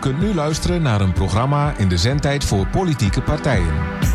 kunt nu luisteren naar een programma in de zendtijd voor politieke partijen.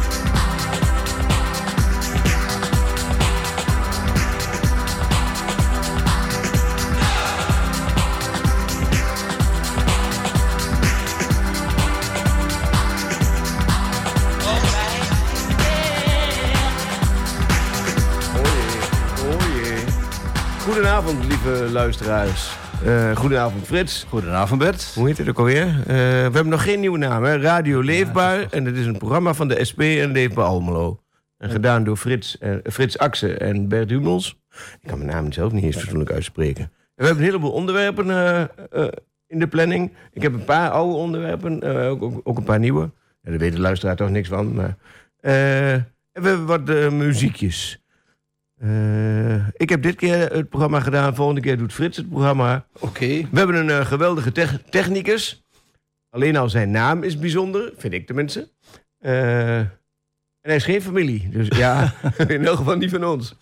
Goedenavond, lieve luisteraars. Goedenavond, Frits. Goedenavond, Bert. Hoe heet het ook alweer? We hebben nog geen nieuwe naam, hè? Radio Leefbaar. Ja, en het is een programma van de SP en Leefbaar Almelo. En gedaan door Frits Akse en Bert Hummels. Ik kan mijn naam zelf niet eens fatsoenlijk uitspreken. En we hebben een heleboel onderwerpen in de planning. Ik heb een paar oude onderwerpen, ook een paar nieuwe. Ja, daar weet de luisteraar toch niks van. Maar, en we hebben wat muziekjes. Ik heb dit keer het programma gedaan. Volgende keer doet Frits het programma. Oké. We hebben een geweldige technicus. Alleen al zijn naam is bijzonder. Vind ik tenminste. En hij is geen familie. Dus ja, in elk geval niet van ons.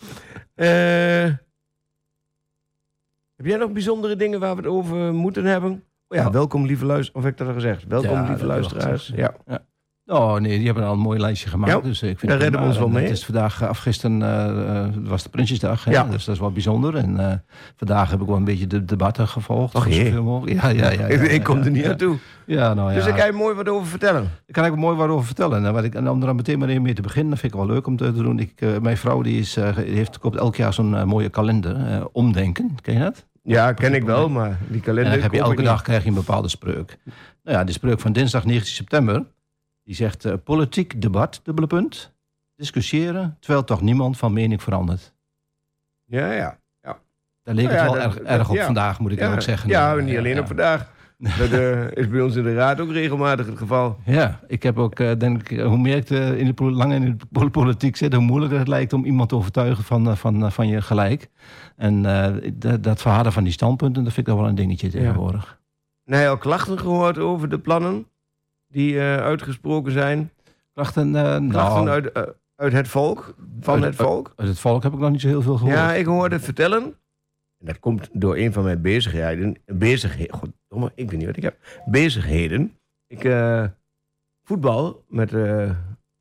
Heb jij nog bijzondere dingen waar we het over moeten hebben? Oh ja, welkom lieve luisteraars. Of heb ik dat al gezegd? Welkom lieve luisteraars. Ja. Oh nee, die hebben al een mooi lijstje gemaakt. Ja, dus ik vind daar redden we ons wel mee. Het is vandaag afgisteren was de Prinsjesdag. Ja. Dus dat is wel bijzonder. En vandaag heb ik wel een beetje de debatten gevolgd. Och jee. Ja. Ik kom er niet aan toe. Ja, nou ja. Dus daar kan je mooi wat over vertellen. Daar kan ik mooi wat over vertellen. En om er meteen maar mee te beginnen, dat vind ik wel leuk om te doen. Mijn vrouw koopt elk jaar zo'n mooie kalender. Omdenken, ken je dat? Ja, ken ik wel, maar die kalender... En dan heb je elke dag krijg je een bepaalde spreuk. Nou ja, de spreuk van dinsdag 19 september... Die zegt, politiek debat, dubbele punt. Discussiëren, terwijl toch niemand van mening verandert. Ja. Daar leek het wel erg op vandaag, moet ik ook zeggen. Ja, niet alleen op vandaag. Dat is bij ons in de raad ook regelmatig het geval. Ja, ik heb ook, denk ik, hoe meer ik lang in de politiek zit... hoe moeilijker het lijkt om iemand te overtuigen van je gelijk. En dat verharden van die standpunten, dat vind ik wel een dingetje tegenwoordig. En heb je al klachten gehoord over de plannen... die uitgesproken zijn. Klachten uit het volk? Van het volk? Uit het volk heb ik nog niet zo heel veel gehoord. Ja, ik hoorde het vertellen. En dat komt door een van mijn bezigheden. Goddomme, ik weet niet wat ik heb. Bezigheden. Ik voetbal met... het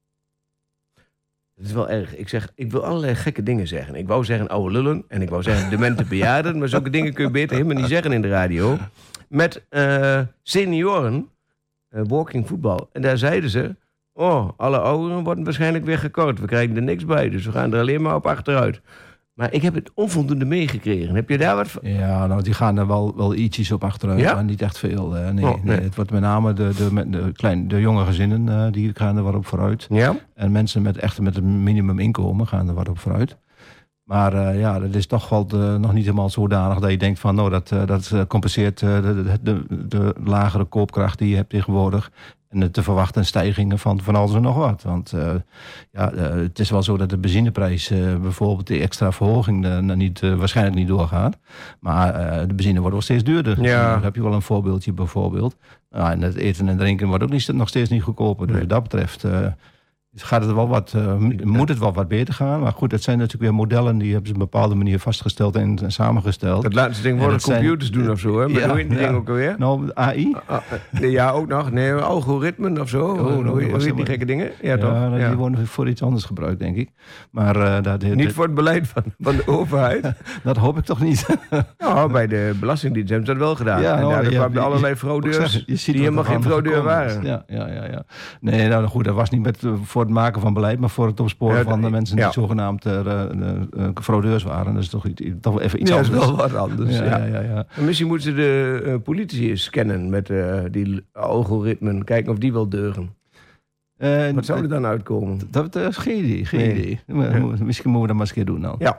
is wel erg. Ik wil allerlei gekke dingen zeggen. Ik wou zeggen oude lullen. En ik wou zeggen demente bejaarden. Maar zulke dingen kun je beter helemaal niet zeggen in de radio. Met senioren... walking voetbal. En daar zeiden ze... alle ouderen worden waarschijnlijk weer gekort. We krijgen er niks bij, dus we gaan er alleen maar op achteruit. Maar ik heb het onvoldoende meegekregen. Heb je daar wat van? Ja, nou, die gaan er wel ietsjes op achteruit, ja? Maar niet echt veel. Nee. Het wordt met name de jonge gezinnen, die gaan er wat op vooruit. Ja? En mensen met een minimuminkomen gaan er wat op vooruit. Maar dat is toch wel nog niet helemaal zodanig dat je denkt van... dat compenseert de lagere koopkracht die je hebt tegenwoordig... en de te verwachten stijgingen van alles en nog wat. Want het is wel zo dat de benzineprijs bijvoorbeeld... die extra verhoging waarschijnlijk niet doorgaat. Maar de benzine wordt wel steeds duurder. Ja. Daar heb je wel een voorbeeldje bijvoorbeeld. En het eten en drinken wordt ook nog steeds niet goedkoper. Dus wat dat betreft... gaat het wel moet het wel wat beter gaan. Maar goed, dat zijn natuurlijk weer modellen... die hebben ze op een bepaalde manier vastgesteld en samengesteld. Dat laatste ding worden computers doen of zo, hè? Maar hoe heet die ding ook alweer? Nou, AI? Ja, ook nog. Nee, algoritmen of zo. Hoe heet die gekke dingen? Ja, toch? Die worden voor iets anders gebruikt, denk ik. Maar, niet voor het beleid van de overheid? Dat hoop ik toch niet. Nou, bij de Belastingdienst hebben ze dat wel gedaan. Ja, en daar kwamen allerlei fraudeurs die helemaal geen fraudeur waren. Ja. Nee, nou goed, dat was niet voor het maken van beleid... maar voor het opsporen van de mensen die zogenaamd fraudeurs waren. Dat is toch wel even iets anders. Dat is wel wat anders. Ja. Misschien moeten ze de politie eens scannen met die algoritmen. Kijken of die wel deugen. Wat zou er dan uitkomen? Dat is geen idee. Misschien moeten we dat maar eens een keer doen dan. Ja.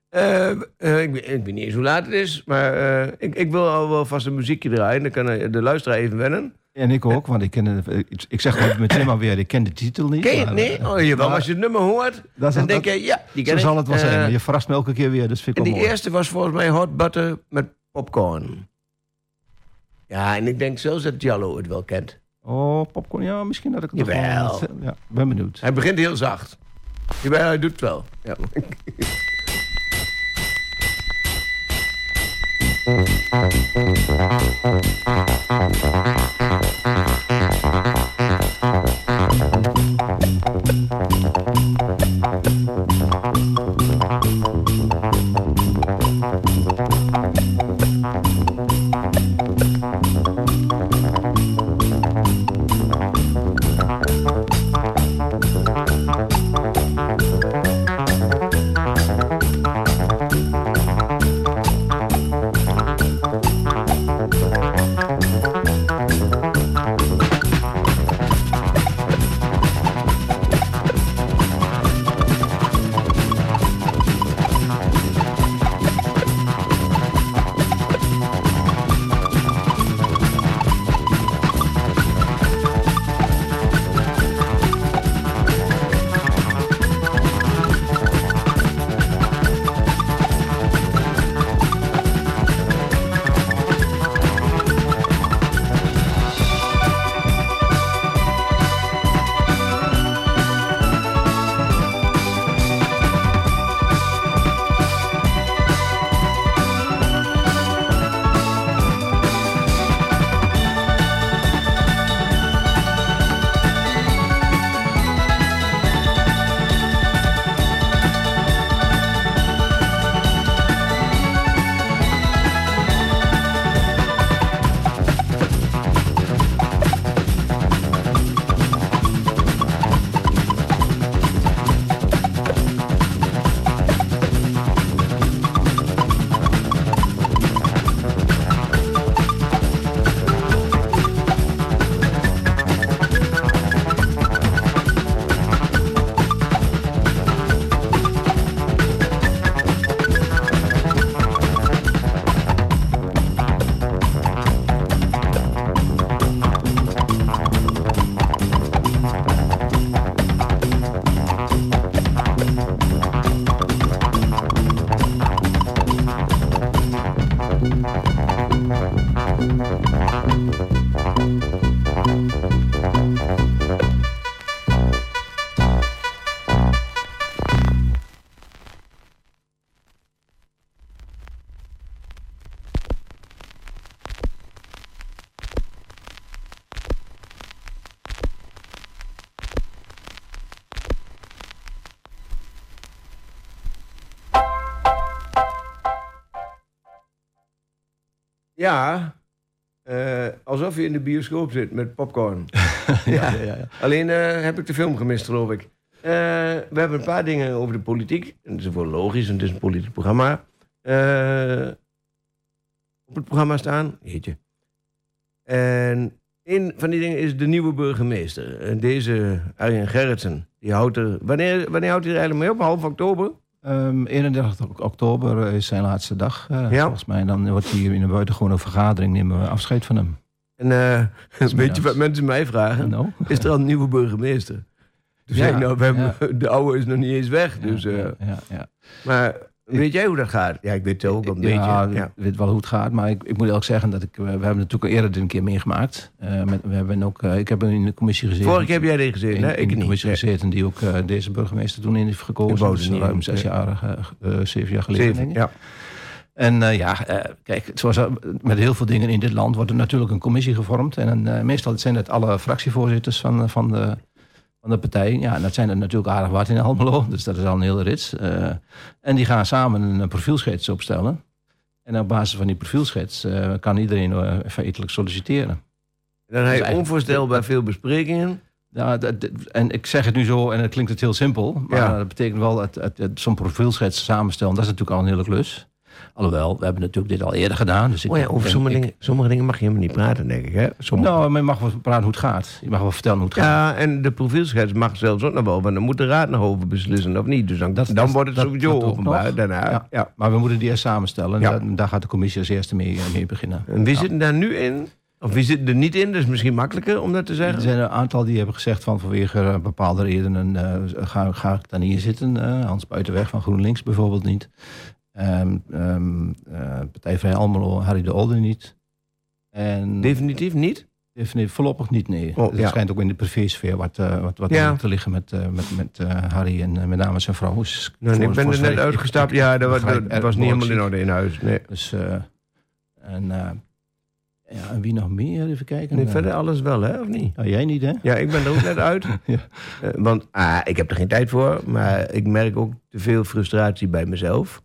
Ik weet niet eens hoe laat het is, maar ik wil al wel vast een muziekje draaien. Dan kan de luisteraar even wennen. En ik ook, want ik zeg gewoon meteen maar weer, ik ken de titel niet. Ken je het niet? Oh, jawel, als je het nummer hoort, dan denk je, ja, die ken ik. Zo zal het wel zijn, maar je verrast me elke keer weer, dus vind ik wel mooi. En die eerste was volgens mij Hot Butter met Popcorn. Ja, en ik denk zelfs dat Jallo het wel kent. Oh, Popcorn, ja, misschien dat ik het wel. Ja, ben benieuwd. Hij begint heel zacht. Jawel, hij doet het wel. Ja. Ja, alsof je in de bioscoop zit met popcorn. Ja. Alleen heb ik de film gemist, geloof ik. We hebben een paar dingen over de politiek. En dat is wel logisch, en het is een politiek programma. Op het programma staan. Jeetje. En een van die dingen is de nieuwe burgemeester. En deze Arjen Gerritsen, die houdt er... Wanneer houdt hij er eigenlijk mee op? Half oktober? 31 oktober is zijn laatste dag, volgens mij. Dan wordt hij in een buitengewone vergadering, nemen we afscheid van hem. En weet je wat mensen mij vragen? No? Is er al een nieuwe burgemeester? Toen zei ik, de oude is nog niet eens weg. Dus, Maar weet jij hoe dat gaat? Ja, ik weet het ook wel een beetje. Ik weet wel hoe het gaat, maar ik moet ook zeggen dat we hebben natuurlijk al eerder een keer meegemaakt. Ik heb in de commissie gezeten. Vorige keer heb jij erin gezeten, hè? Ik in de commissie gezeten die ook deze burgemeester toen in heeft gekozen. Dat is ruim 7 jaar geleden. Ja. En kijk, zoals met heel veel dingen in dit land wordt er natuurlijk een commissie gevormd. En meestal zijn het alle fractievoorzitters van de partij. Ja, en dat zijn er natuurlijk aardig wat in Almelo. Dus dat is al een hele rits. En die gaan samen een profielschets opstellen. En op basis van die profielschets kan iedereen feitelijk solliciteren. Dan heb je onvoorstelbaar veel besprekingen. Ja, en ik zeg het nu zo en het klinkt het heel simpel. Maar dat betekent wel dat zo'n profielschets samenstellen, dat is natuurlijk al een hele klus. Alhoewel, we hebben natuurlijk dit al eerder gedaan. Dus over sommige dingen mag je helemaal niet praten, denk ik. Hè? Nou, maar je mag wel praten hoe het gaat. Je mag wel vertellen hoe het gaat. Ja, en de profielschets mag zelfs ook nog wel. Want dan moet de raad nog over beslissen of niet. Dus dan wordt het sowieso openbaar daarna. Ja, maar we moeten die eerst samenstellen. En daar gaat de commissie als eerste mee beginnen. En wie zitten daar nu in? Of wie zitten er niet in? Dat is misschien makkelijker om dat te zeggen. Er zijn een aantal die hebben gezegd van vanwege bepaalde redenen ga ik daar niet in zitten. Hans Buitenweg van GroenLinks bijvoorbeeld niet. Partij Vrij Almelo, Harry de Olde niet. En definitief niet? Definitief voorlopig niet, nee. Het schijnt ook in de privésfeer wat te liggen met Harry en met name zijn vrouw. Ik ben er net uitgestapt. Ja, dat was niet helemaal in orde in huis. Nee. Dus, En wie nog meer? Even kijken. Nee, verder alles wel, hè? Of niet? Oh, jij niet, hè? Ja, ik ben er ook net uit. Ja. Want ik heb er geen tijd voor. Maar ik merk ook te veel frustratie bij mezelf.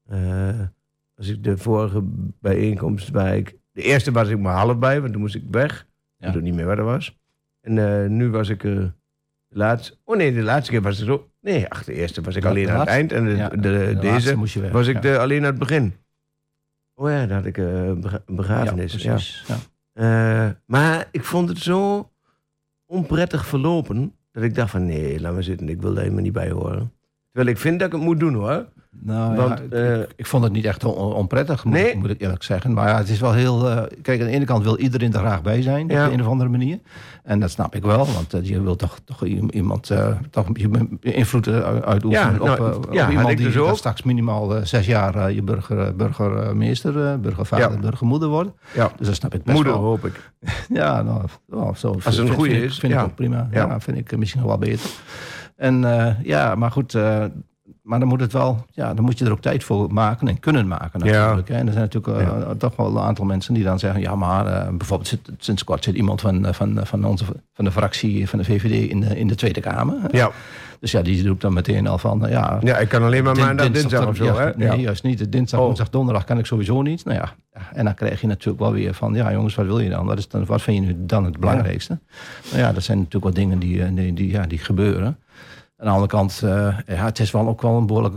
Als ik de vorige bijeenkomst de eerste was ik maar half bij, want toen moest ik weg. Ik weet ook niet meer waar dat was. En nu was ik de laatste keer was het zo. Nee, de eerste was ik alleen aan het eind. En deze was ik alleen aan het begin. Oh ja, dan had ik een begrafenis. Ja, precies. Ja. Maar ik vond het zo onprettig verlopen, dat ik dacht van nee, laat maar zitten. Ik wil daar helemaal niet bij horen. Terwijl ik vind dat ik het moet doen, hoor. Nou, want, ik vond het niet echt onprettig, moet ik eerlijk zeggen. Maar ja, het is wel heel... kijk, aan de ene kant wil iedereen er graag bij zijn, op de een of andere manier. En dat snap ik wel, want je wil toch iemand toch je invloed uitoefenen op iemand die dus straks minimaal 6 jaar je burgemeester, burgervader, burgermoeder wordt. Ja. Dus dat snap ik best moeder, wel. Hoop ik. Ja, nou, zo, als het een goede is. Vind ik ook prima. Ja, vind ik misschien nog wel beter. En maar goed... maar dan moet het wel, dan moet je er ook tijd voor maken en kunnen maken natuurlijk. Ja. En er zijn natuurlijk toch wel een aantal mensen die dan zeggen, ja, maar bijvoorbeeld sinds kort zit iemand van de fractie van de VVD in de Tweede Kamer. Ja. Dus die roept dan meteen al van, ja, ik kan alleen maar maandag, dinsdag of zo, hè? Nee, juist niet. Dinsdag, woensdag, donderdag kan ik sowieso niet. Nou ja, en dan krijg je natuurlijk wel weer van, ja jongens, wat wil je dan? Wat vind je nu dan het belangrijkste? Nou ja, dat zijn natuurlijk wel dingen die gebeuren. Aan de andere kant, het is wel ook wel een behoorlijk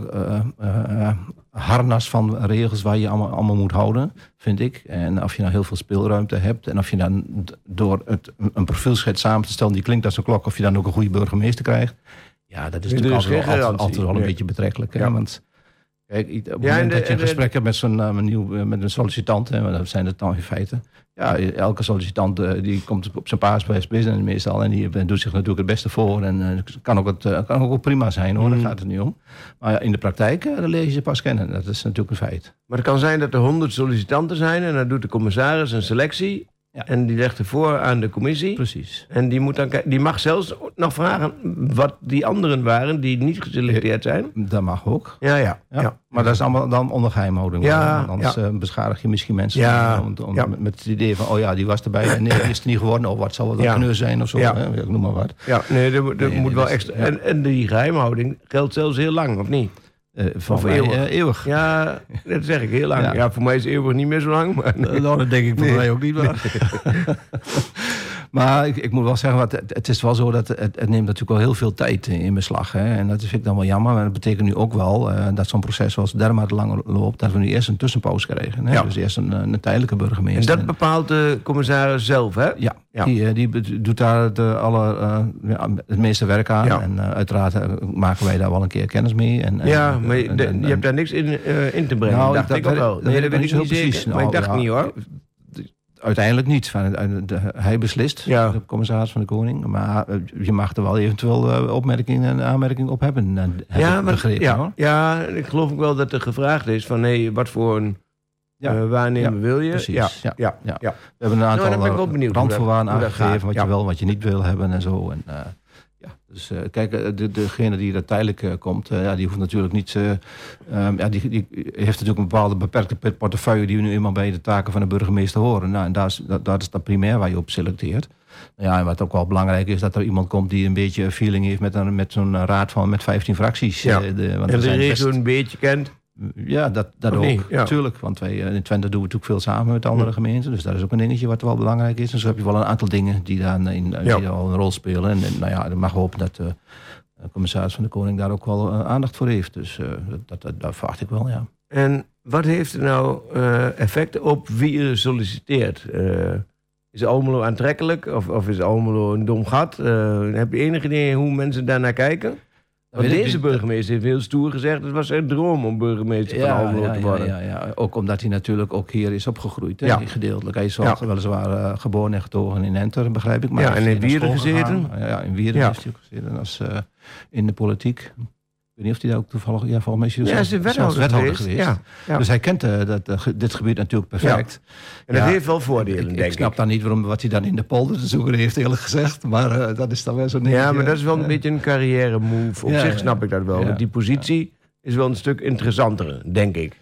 harnas van regels waar je allemaal moet houden, vind ik. En of je nou heel veel speelruimte hebt en of je dan door een profielschets samen te stellen die klinkt als een klok, of je dan ook een goede burgemeester krijgt. Ja, dat is natuurlijk altijd wel een beetje betrekkelijk. Hè? Want kijk, op het moment dat je een gesprek hebt met een sollicitant, hè, dat zijn het dan in feite. Ja, elke sollicitant die komt op zijn paas bij business meestal en die doet zich natuurlijk het beste voor. En kan ook prima zijn, hoor. Daar gaat het niet om. Maar in de praktijk, dan leer je ze pas kennen. Dat is natuurlijk een feit. Maar het kan zijn dat er 100 sollicitanten zijn en dan doet de commissaris een selectie. Ja. En die legt ervoor aan de commissie. Precies. En die mag zelfs nog vragen wat die anderen waren die niet geselecteerd zijn. Dat mag ook. Ja. Maar dat is allemaal dan onder geheimhouding. Ja, anders beschadig je misschien mensen met het idee van, die was erbij en nee, die is het niet geworden. Of wat zal het dan kneur zijn of zo. Ja. Hè? Ik noem maar wat. Ja, er moet wel extra. Ja. En die geheimhouding geldt zelfs heel lang, of niet? Van mij eeuwig. Ja, dat zeg ik, heel lang. Ja, voor mij is eeuwig niet meer zo lang. Maar dat denk ik voor mij ook niet meer. Maar ik moet wel zeggen, het is wel zo dat het neemt natuurlijk wel heel veel tijd in beslag. Hè? En dat vind ik dan wel jammer. Maar dat betekent nu ook wel dat zo'n proces zoals dermate lang loopt, dat we nu eerst een tussenpauze krijgen. Hè? Ja. Dus eerst een tijdelijke burgemeester. En dat bepaalt de commissaris zelf, hè? Ja. Die doet daar het meeste werk aan. Ja. En uiteraard maken wij daar wel een keer kennis mee. Maar je hebt daar niks in te brengen. Nou, dacht ik ook wel. Nee, dat weet ik niet precies. Maar ik dacht niet, hoor. Uiteindelijk niet. Hij beslist, de commissaris van de Koning. Maar je mag er wel eventueel opmerkingen en aanmerkingen op hebben. Ik geloof ook wel dat er gevraagd is van wat voor een waarnemer wil je? Precies. Ja. We hebben een aantal randvoorwaarden aangegeven wat je wel, wat je niet wil hebben en zo. En, dus kijk, degene die er tijdelijk komt, die hoeft natuurlijk niet... die heeft natuurlijk een bepaalde beperkte portefeuille die nu eenmaal bij de taken van de burgemeester horen. Nou, en dat is dat primair waar je op selecteert. Ja, en wat ook wel belangrijk is, dat er iemand komt die een beetje feeling heeft met zo'n raad met 15 fracties. Ja. En de regio een beetje kent. Ja, dat ook, natuurlijk. Want wij in Twente doen we natuurlijk veel samen met andere gemeenten. Dus dat is ook een dingetje wat wel belangrijk is. Dus heb je wel een aantal dingen die daar al een rol spelen. En dan mag hopen dat de commissaris van de Koning daar ook wel aandacht voor heeft. Dus dat verwacht ik wel, ja. En wat heeft er nou effect op wie er solliciteert? Is Almelo aantrekkelijk of is Almelo een dom gat? Heb je enig idee hoe mensen daarnaar kijken? Want deze burgemeester heeft heel stoer gezegd, het was een droom om burgemeester van Almelo te worden. Ja. Ook omdat hij natuurlijk ook hier is opgegroeid, gedeeltelijk. Hij is weliswaar geboren en getogen in Enter, begrijp ik. Maar en in Wierden gezeten. Ja, in Wierden heeft hij ook gezeten als in de politiek. Ik weet niet of hij daar ook toevallig... Ja, volgens mij is hij wethouder geweest. Ja. Dus hij kent dit gebied natuurlijk perfect. Ja. En dat heeft wel voordelen, denk ik. Ik snap dan niet wat hij dan in de polder te zoeken heeft, eerlijk gezegd. Maar dat is dan wel zo'n... Ja, maar dat is wel een beetje een carrière move. Op zich snap ik dat wel. Want die positie is wel een stuk interessanter, denk ik.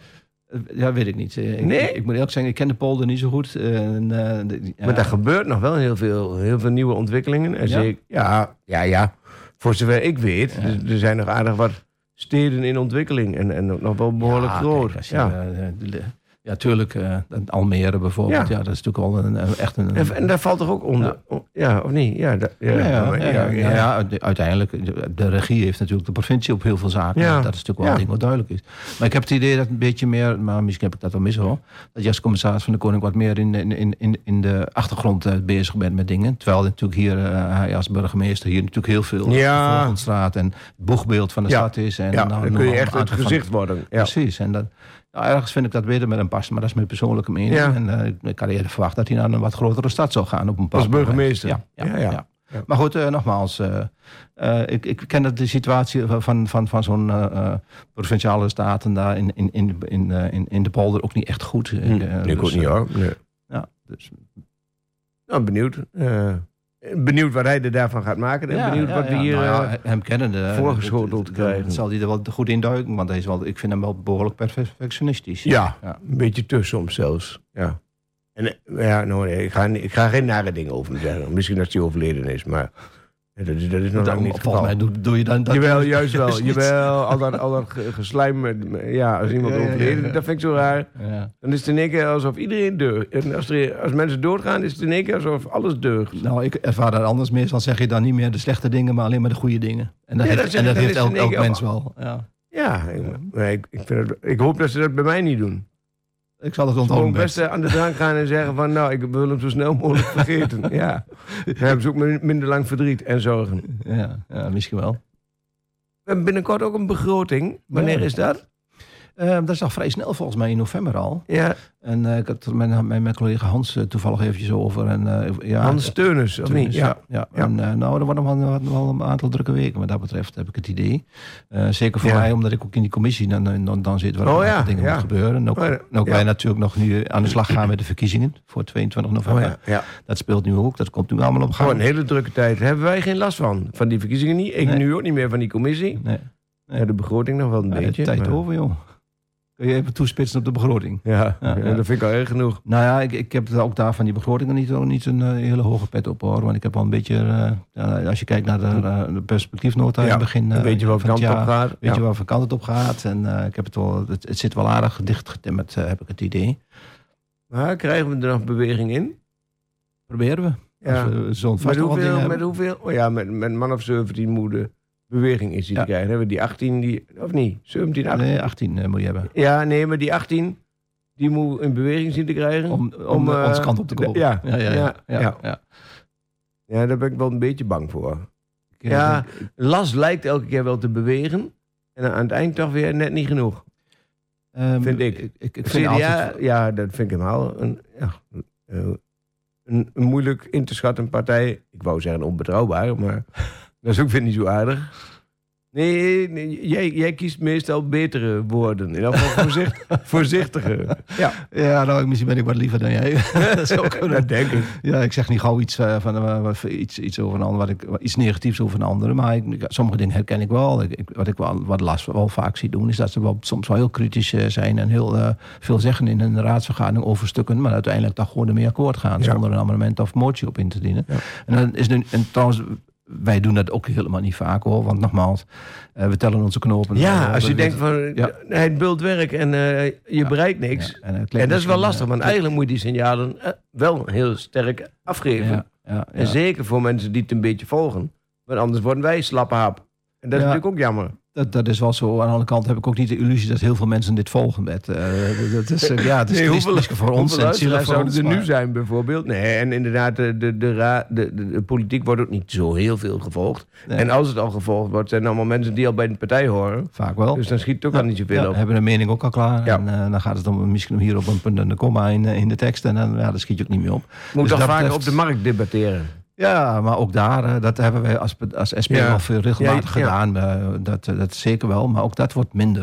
Ja, weet ik niet. Nee? Ik moet eerlijk zeggen, ik ken de polder niet zo goed. Maar daar gebeurt nog wel heel veel nieuwe ontwikkelingen. En ja. Voor zover ik weet, er zijn nog aardig wat steden in ontwikkeling. En nog wel behoorlijk groot. Kijk, ja, tuurlijk. Almere bijvoorbeeld. Ja, dat is natuurlijk wel echt een... En daar valt toch ook onder? Ja, of niet? Uiteindelijk. De regie heeft natuurlijk de provincie op heel veel zaken. Ja. Dat is natuurlijk wel een ding wat duidelijk is. Maar ik heb het idee dat een beetje meer... Maar misschien heb ik dat wel mis hoor. Dat je als commissaris van de Koning wat meer in de achtergrond bezig bent met dingen. Terwijl natuurlijk hier als burgemeester hier natuurlijk heel veel ontstaat. En het boegbeeld van de stad is. En dan kun je echt het gezicht worden. Ja. Precies. En dat... Nou, ergens vind ik dat beter met hem passen, maar dat is mijn persoonlijke mening. Ja. En ik had eerder verwacht dat hij naar een wat grotere stad zou gaan. Op een als burgemeester? Ja. Maar goed, nogmaals. Ik ken de situatie van zo'n provinciale staten daar in de polder ook niet echt goed. Ik ook niet hoor. Nee. Ja, dus. Nou, benieuwd. Benieuwd wat hij er daarvan gaat maken. En benieuwd wat we hier hem kennende voorgeschoteld krijgen. Zal hij er wel goed in duiken. Want ik vind hem wel behoorlijk perfectionistisch. Ja, een beetje te soms zelfs. Ja. En ik ga geen nare dingen over hem zeggen. Misschien als hij overleden is, maar... Dat is nog lang niet het geval. Volgens mij doe je dan... Jawel, juist wel. Jawel, al dat geslijm met... Ja, als iemand overleden, dat vind ik zo raar. Ja. Dan is het in één keer alsof iedereen deugt. En als mensen doodgaan, is het in één keer alsof alles deugt. Nou, ik ervaar dat anders. Meestal zeg je dan niet meer de slechte dingen, maar alleen maar de goede dingen. En dat heeft elk mens wel. Ik hoop dat ze dat bij mij niet doen. Ik zal het onthouden. Gewoon best aan de drank gaan en zeggen van... nou, ik wil hem zo snel mogelijk vergeten. Ja. Dan hebben ze ook minder lang verdriet en zorgen. Ja, misschien wel. We hebben binnenkort ook een begroting. Wanneer is dat? Dat is al vrij snel volgens mij in november al. Ja. En ik had het met mijn collega Hans toevallig eventjes over. Hans Teunus, of niet? Ja. En, er worden wel een aantal drukke weken wat dat betreft, heb ik het idee. Zeker voor mij, omdat ik ook in die commissie dan zit waar dingen moeten gebeuren. En ook wij natuurlijk nog nu aan de slag gaan met de verkiezingen voor 22 november. Dat speelt nu ook, dat komt nu allemaal op gang. Een hele drukke tijd. Daar hebben wij geen last van die verkiezingen niet. Ik nu ook niet meer van die commissie. Nee. Ja, de begroting nog wel een beetje. Tijd over, joh. Kun je even toespitsen op de begroting? Ja, dat vind ik al erg genoeg. Nou ja, ik heb ook daar van die begrotingen niet een hele hoge pet op hoor. Want ik heb wel een beetje, als je kijkt naar de perspectiefnota in het begin. Weet je welke kant het op gaat. Weet je welke kant het op gaat. En ik heb het zit wel aardig dichtgetimmerd, heb ik het idee. Maar krijgen we er nog beweging in? Proberen we. Ja. Met hoeveel? Oh ja, met man of 17 moeder. Beweging is die te krijgen. Hebben we die 18, of niet? 17, 18? Nee, 18 moet je hebben. Ja, nee, maar die 18, die moet in beweging zien te krijgen. Om onze kant op te komen. Ja, daar ben ik wel een beetje bang voor. Las lijkt elke keer wel te bewegen. En aan het eind toch weer net niet genoeg. Vind ik. Ik vind altijd... dat vind ik helemaal een moeilijk in te schatten partij. Ik wou zeggen onbetrouwbaar, maar... Dat is ook weer niet zo aardig. Nee, jij kiest meestal betere woorden. In elk geval voorzichtiger. Ja, nou, misschien ben ik wat liever dan jij. Dat denk ik. Ja, ik zeg niet gauw iets iets over een ander, iets negatiefs over een andere. Maar sommige dingen herken ik wel. Wat Las wel vaak zie doen, is dat ze soms wel heel kritisch zijn en heel veel zeggen in een raadsvergadering over stukken, maar uiteindelijk toch gewoon ermee akkoord gaan, zonder een amendement of motie op in te dienen. Ja. En dan is trouwens... Wij doen dat ook helemaal niet vaak hoor. Want nogmaals, we tellen onze knopen. Ja, als je denkt van het bult werk en je bereikt niks. En dat is wel lastig, want eigenlijk moet je die signalen wel heel sterk afgeven. En zeker voor mensen die het een beetje volgen. Want anders worden wij slappe hap. En dat is natuurlijk ook jammer. Dat is wel zo. Aan de andere kant heb ik ook niet de illusie dat heel veel mensen dit volgen. Het is triest voor ons. Hoeveel zouden er nu zijn bijvoorbeeld? Nee, en inderdaad, de politiek wordt ook niet zo heel veel gevolgd. Nee. En als het al gevolgd wordt, zijn allemaal mensen die al bij de partij horen. Vaak wel. Dus dan schiet het ook al niet zoveel op. Hebben een mening ook al klaar. Ja. En dan gaat het misschien hier op een punt en een komma in de tekst. En dan schiet je ook niet meer op. Moet dus toch vaak op de markt debatteren. Ja, maar ook daar, dat hebben wij als SP al veel regelmatig gedaan. Dat zeker wel, maar ook dat wordt minder.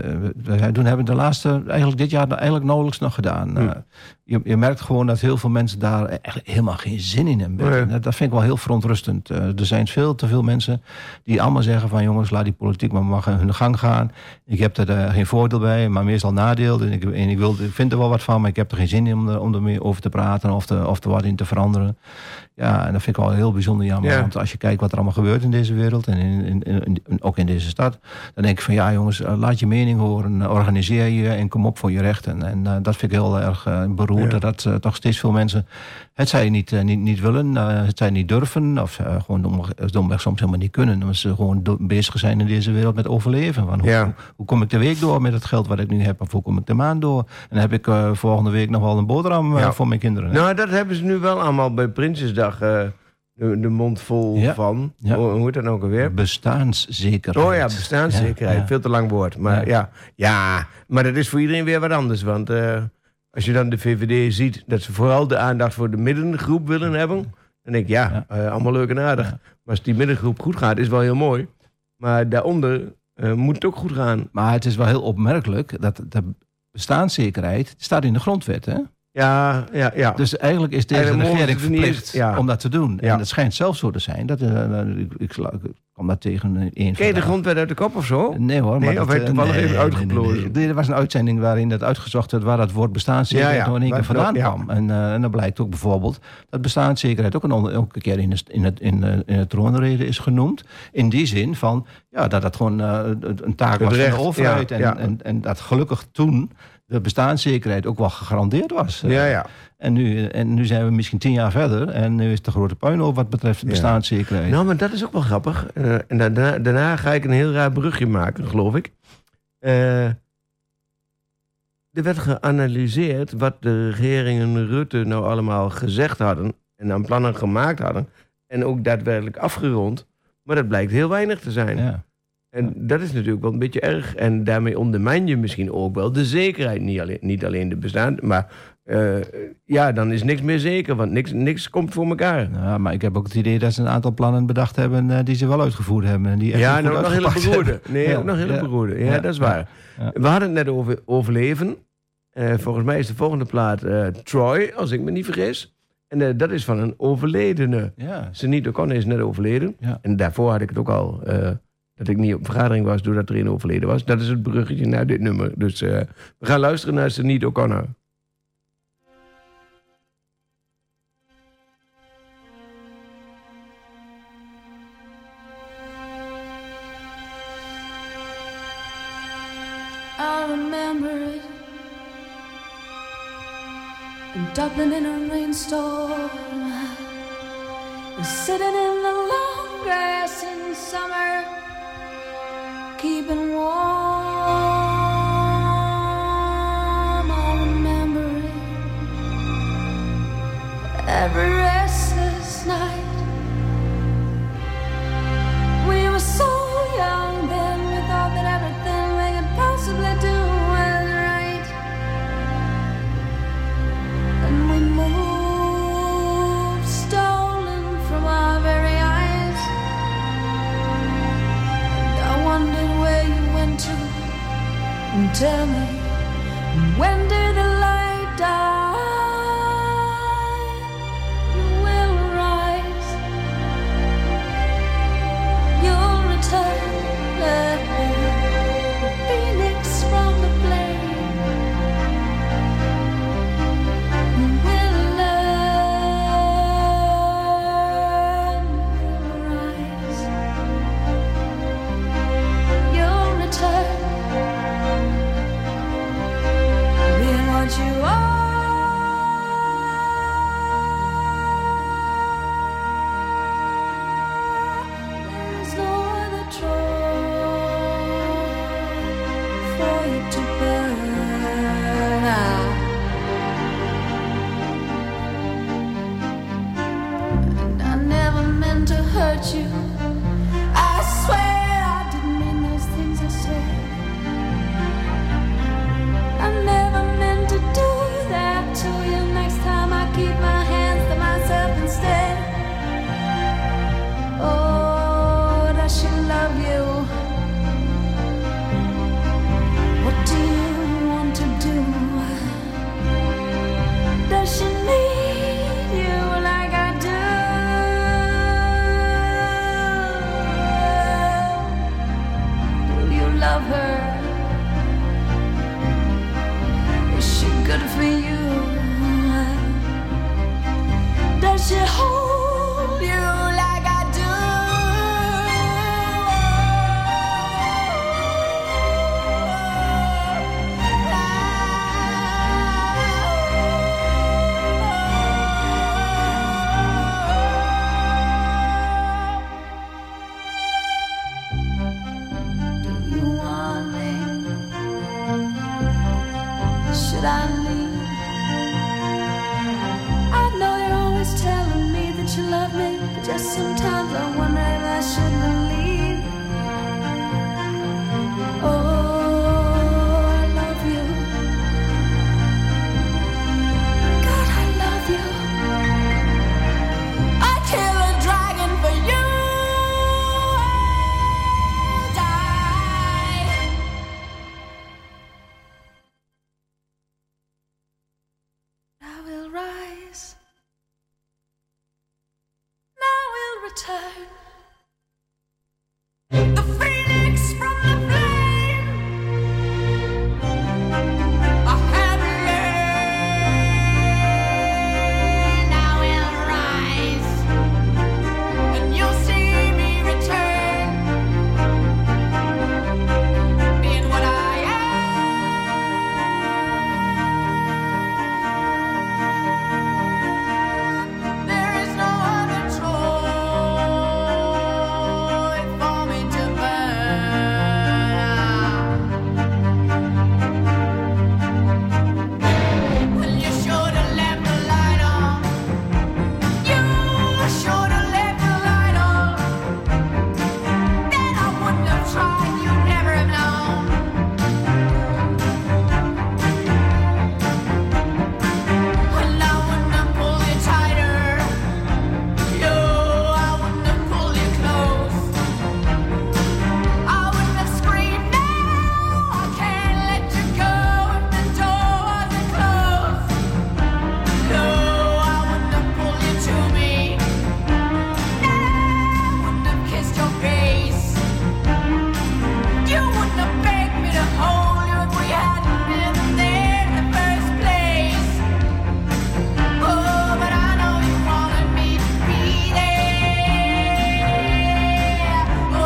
We hebben de laatste, eigenlijk dit jaar nauwelijks nog gedaan. Je merkt gewoon dat heel veel mensen daar eigenlijk helemaal geen zin in hebben. Dat vind ik wel heel verontrustend. Er zijn veel te veel mensen die allemaal zeggen van... jongens, laat die politiek maar hun gang gaan. Ik heb er geen voordeel bij, maar meestal nadeel. En ik vind er wel wat van, maar ik heb er geen zin in om er meer over te praten... of er wat in te veranderen. Ja, en dat vind ik wel heel bijzonder jammer. Ja. Want als je kijkt wat er allemaal gebeurt in deze wereld... en ook in deze stad... dan denk ik van ja jongens, laat je mening horen... organiseer je en kom op voor je rechten. En dat vind ik heel erg beroerd. Dat toch steeds veel mensen het zij niet willen... het zij niet durven... of gewoon domweg soms helemaal niet kunnen... omdat ze gewoon bezig zijn in deze wereld met overleven. Van hoe kom ik de week door met het geld wat ik nu heb... of hoe kom ik de maand door? En dan heb ik volgende week nog wel een boterham voor mijn kinderen. Nou, dat hebben ze nu wel allemaal bij Prinsjesdag... De mond vol van. Ja. Hoe heet dat nou ook alweer? Bestaanszekerheid. Oh ja, bestaanszekerheid. Ja. Veel te lang woord. Maar maar dat is voor iedereen weer wat anders. Want als je dan de VVD ziet... dat ze vooral de aandacht voor de middengroep willen hebben... dan denk ik, allemaal leuk en aardig. Ja. Maar als die middengroep goed gaat, is het wel heel mooi. Maar daaronder moet het ook goed gaan. Maar het is wel heel opmerkelijk... dat de bestaanszekerheid staat in de grondwet, hè? Ja. Dus eigenlijk is deze regering verplicht om dat te doen. Ja. En het schijnt zelfs zo te zijn. Dat, ik kwam dat tegen een Ken je de grondwet uit de kop of zo? Nee hoor. Nee, of werd toevallig even uitgeplozen? Nee, er was een uitzending waarin dat uitgezocht werd... waar dat woord bestaanszekerheid nog in één keer vandaan kwam. En dan blijkt ook bijvoorbeeld... dat bestaanszekerheid ook een keer in de troonrede is genoemd. In die zin van dat het gewoon een taak was van de overheid. En dat gelukkig toen... de bestaanszekerheid ook wel gegarandeerd was. En nu zijn we misschien 10 jaar verder... en nu is de grote puinhoop wat betreft de bestaanszekerheid. Nou, maar dat is ook wel grappig. En daarna ga ik een heel raar brugje maken, geloof ik. Er werd geanalyseerd wat de regeringen Rutte nou allemaal gezegd hadden... en aan plannen gemaakt hadden... en ook daadwerkelijk afgerond. Maar dat blijkt heel weinig te zijn. Ja. En dat is natuurlijk wel een beetje erg. En daarmee ondermijn je misschien ook wel de zekerheid. Niet alleen de bestaan, maar dan is niks meer zeker. Want niks komt voor elkaar. Ja, maar ik heb ook het idee dat ze een aantal plannen bedacht hebben... die ze wel uitgevoerd hebben. En die echt ook nog hele beroerde. Nee, ook nog hele beroerde. Ja, dat is waar. Ja. We hadden het net over overleven. Volgens mij is de volgende plaat Troy, als ik me niet vergis. En dat is van een overledene. Ja. Sinead O'Connor is net overleden. Ja. En daarvoor had ik het ook al... dat ik niet op vergadering was doordat er een overleden was. Dat is het bruggetje naar dit nummer. Dus we gaan luisteren naar Sinead O'Connor. I remember it. In Dublin in a rainstorm. Sitting in the long grass in summer. Keeping warm, I remember it. Every restless night. We were so young then, we thought that everything we could possibly do was right. And we moved, stolen from our very eyes. And I wondered where you went to. And tell me, when did the light die? You will rise, you'll return, the phoenix from the flame. You will learn, you'll rise, you'll return. You are. There's no other Troy for you to burn out. And I never meant to hurt you. I swear I didn't mean those things I said. I never meant to do love her? Is she good for you? Does she hold you like I do? Do you want me? Should I leave? I know you're always telling me that you love me, but just sometimes I wonder if I should believe. Oh, I love you. God, I love you. I'd kill a dragon for you. I'll die. I will rise. Now we'll return. The phoenix from the flame. A heavenly. Now we'll rise, and you'll see me return. Being what I am. There is no other choice for me to burn. And you should have left the light on. You should have left the light on. Then I wouldn't have tried. You'd never have known. And I wouldn't have pulled you tighter. You, I wouldn't have pulled you close. I wouldn't have screamed, no, I can't let you go if the door wasn't closed. No, I wouldn't have pulled you to me. No, I wouldn't have kissed your face. You wouldn't have begged me to hold you if we hadn't been there in the first place. Oh, but I know you wanted me to be there.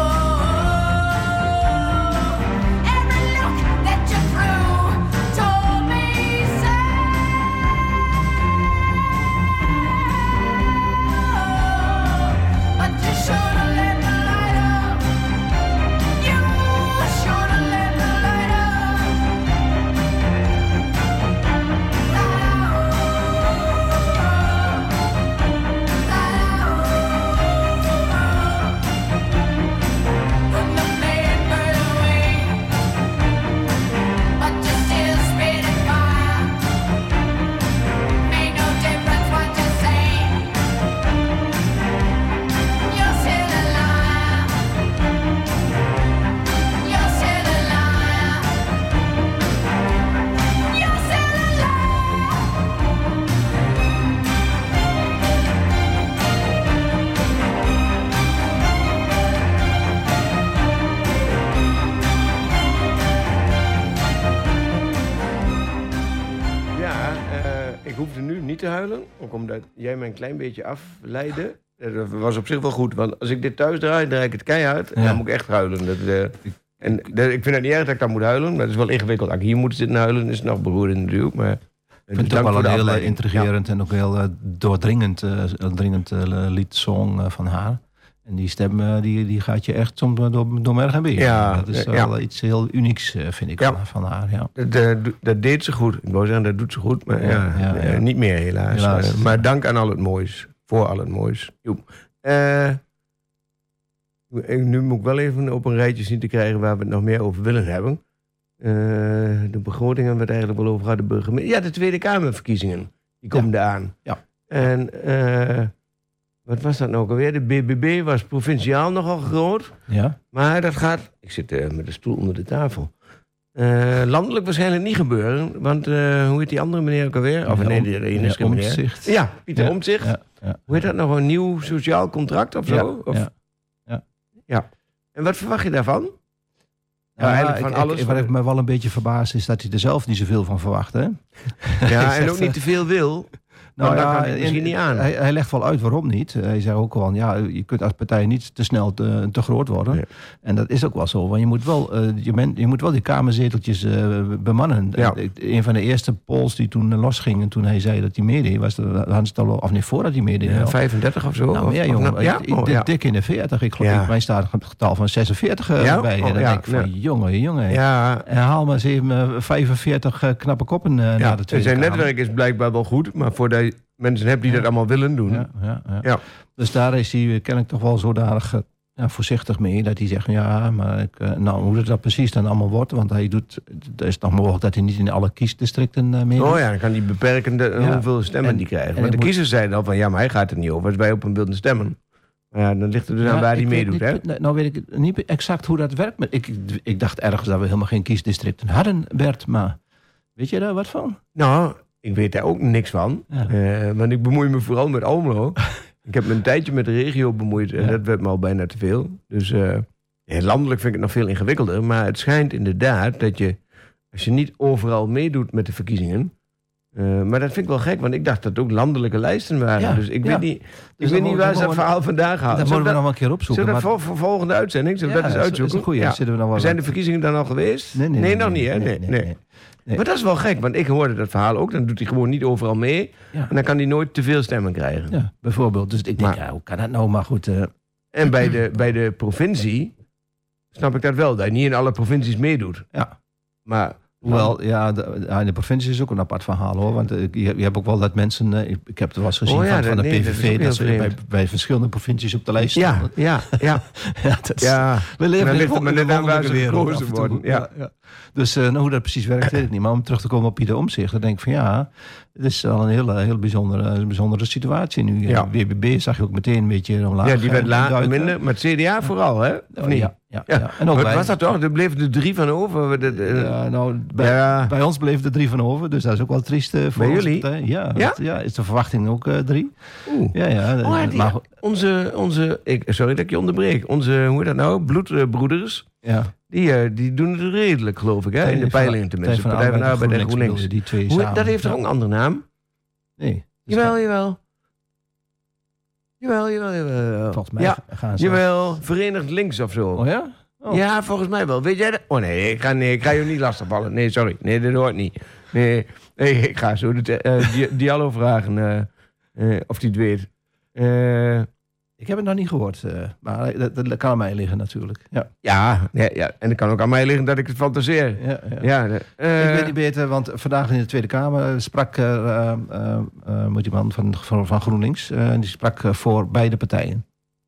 Oh, every look that you threw told me so. But you should have let the light up. You should have let the light up. When the flame burned away, but you still spitting fire. Made no difference what you say. You're still alive. You're still alive. You're still Ja, ik hoefde nu niet te huilen, ook omdat jij mij een klein beetje afleidde. Dat was op zich wel goed, want als ik dit thuis draai ik het keihard en dan moet ik echt huilen. Ik vind het niet erg dat ik dan moet huilen, maar het is wel ingewikkeld. Als ik hier moet zitten huilen, is het nog beroerdend natuurlijk. Maar Ik vind het ook wel een heel intrigerend en ook heel doordringend liedzong van haar. En die stem die gaat je echt soms door merg en been. Ja, dat is wel iets heel unieks, vind ik, van haar. Ja. Dat deed ze goed. Ik wou zeggen, dat doet ze goed, maar niet meer helaas. Maar dank aan al het moois. Voor al het moois. Nu moet ik wel even op een rijtje zien te krijgen waar we het nog meer over willen hebben. De begroting hebben we het eigenlijk wel over gehad. De burgemeester. Ja, de Tweede Kamerverkiezingen. Die komen eraan. Ja. En wat was dat nou alweer? De BBB was provinciaal nogal groot. Ja. Maar dat gaat... Ik zit met de stoel onder de tafel. Landelijk waarschijnlijk niet gebeuren. Want hoe heet die andere meneer ook alweer? Of nee, de enige meneer. Omtzigt. Ja, Pieter Omtzigt. Ja. Hoe heet dat nog? Een nieuw sociaal contract of zo? Ja. En wat verwacht je daarvan? eigenlijk van alles. Wat ik me wel een beetje verbaasd is dat hij er zelf niet zoveel van verwacht. Hè? Ja, en ook niet te veel wil. Nou ja, kan hij misschien niet aan. Hij legt wel uit waarom niet. Hij zegt ook wel, ja, je kunt als partij niet te snel te groot worden. Ja. En dat is ook wel zo. Want je moet wel, je moet wel die kamerzeteltjes bemannen. Ja. Een van de eerste polls die toen losgingen, toen hij zei dat hij meedeed, was of niet voordat hij meedeed. Ja, 35 of zo? Nou, meer jongen. Dik in de 40. Ik geloof, mij staat een getal van 46 bij. En dan denk ik van, jongen. Ja. En haal maar eens even 45 knappe koppen naar de Tweede Zijn Kamer. netwerk is blijkbaar wel goed, maar voor de mensen hebt die dat allemaal willen doen. Ja. Dus daar is hij kennelijk toch wel zodanig voorzichtig mee. Dat hij zegt, maar hoe het dat precies dan allemaal wordt. Want hij doet, het is nog mogelijk dat hij niet in alle kiesdistricten meedoet. Oh ja, dan kan hij beperken hoeveel stemmen die krijgen. Maar de kiezers zeiden al van, maar hij gaat er niet over als wij op hem wilden stemmen. Ja, dan ligt het dus aan waar hij meedoet. Nou weet ik niet exact hoe dat werkt. Ik dacht ergens dat we helemaal geen kiesdistricten hadden, Bert. Maar weet je daar wat van? Nou, ik weet daar ook niks van. Ja. Want ik bemoei me vooral met Almelo. Ik heb me een tijdje met de regio bemoeid. En dat werd me al bijna te veel. Dus landelijk vind ik het nog veel ingewikkelder. Maar het schijnt inderdaad dat je, als je niet overal meedoet met de verkiezingen. Maar dat vind ik wel gek, want ik dacht dat het ook landelijke lijsten waren. Ja, dus ik weet niet waar ze dat verhaal vandaag halen. Dat moeten we nog een keer opzoeken. Zullen we dat voor volgende uitzending? Zullen we dat eens uitzoeken? Is een goeie. Zijn de verkiezingen dan al geweest? Nee, nog niet, hè? Nee. Maar dat is wel gek, want ik hoorde dat verhaal ook. Dan doet hij gewoon niet overal mee. Ja. En dan kan hij nooit te veel stemmen krijgen. Ja, bijvoorbeeld. Dus ik denk, hoe kan dat nou? Maar goed. En bij de provincie snap ik dat wel. Dat hij niet in alle provincies meedoet. Ja. Maar... Hoewel, in de provincie is ook een apart verhaal, hoor. Want je hebt ook wel dat mensen... ik heb er wel eens gezien van de PVV... dat ze bij verschillende provincies op de lijst staan. Ja. We leven in een wonderlijke wereld. Ja. Dus hoe dat precies werkt, weet ik niet. Maar om terug te komen op Pieter Omtzigt... dan denk ik van het is wel een heel bijzondere situatie nu. Ja. WBB zag je ook meteen een beetje omlaag. Ja, die werd minder, maar het CDA vooral, hè? Of niet? Ja. En ook wat was dat toch? Er bleef er 3 van over. Bij ons bleef er 3 van over. Dus dat is ook wel triest voor bij jullie? Partij. Ja, is de verwachting ook 3. Sorry dat ik je onderbreek. Onze, hoe heet dat nou? Bloedbroeders. Ja. Die doen het redelijk, geloof ik, hè? In de peilingen tenminste. Partij van de Arbeid en GroenLinks. Die twee samen. Dat heeft toch ook een andere naam? Nee. Jawel. Volgens mij gaan ze... Jawel, Verenigd Links of zo. Oh ja? Oh. Ja, volgens mij wel. Weet jij dat? Oh nee, ik ga je niet lastigvallen. Nee, sorry. Nee, dat hoort niet. Nee, ik ga zo Diallo vragen of hij het weet. Ik heb het nog niet gehoord, maar dat kan aan mij liggen natuurlijk. Ja, en het kan ook aan mij liggen dat ik het fantaseer. Ik weet niet beter, want vandaag in de Tweede Kamer sprak die man van GroenLinks. Die sprak voor beide partijen.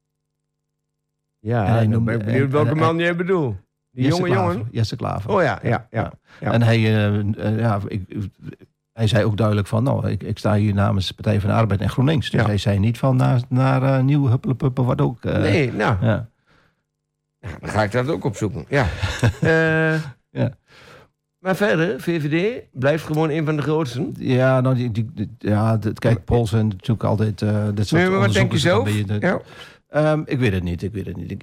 Ja, en dan ben ik benieuwd welke man jij bedoelt. Die jonge jongen? Jesse Klaver. Oh ja. En hij zei ook duidelijk van, ik sta hier namens de Partij van de Arbeid en GroenLinks. Dus hij zei niet van naar nieuw huppelepuppen, wat ook. Dan ga ik dat ook opzoeken. Ja. Maar verder, VVD blijft gewoon een van de grootsten. Ja, kijk, polls zijn natuurlijk altijd... dit soort maar wat denk je zelf? Ik weet het niet.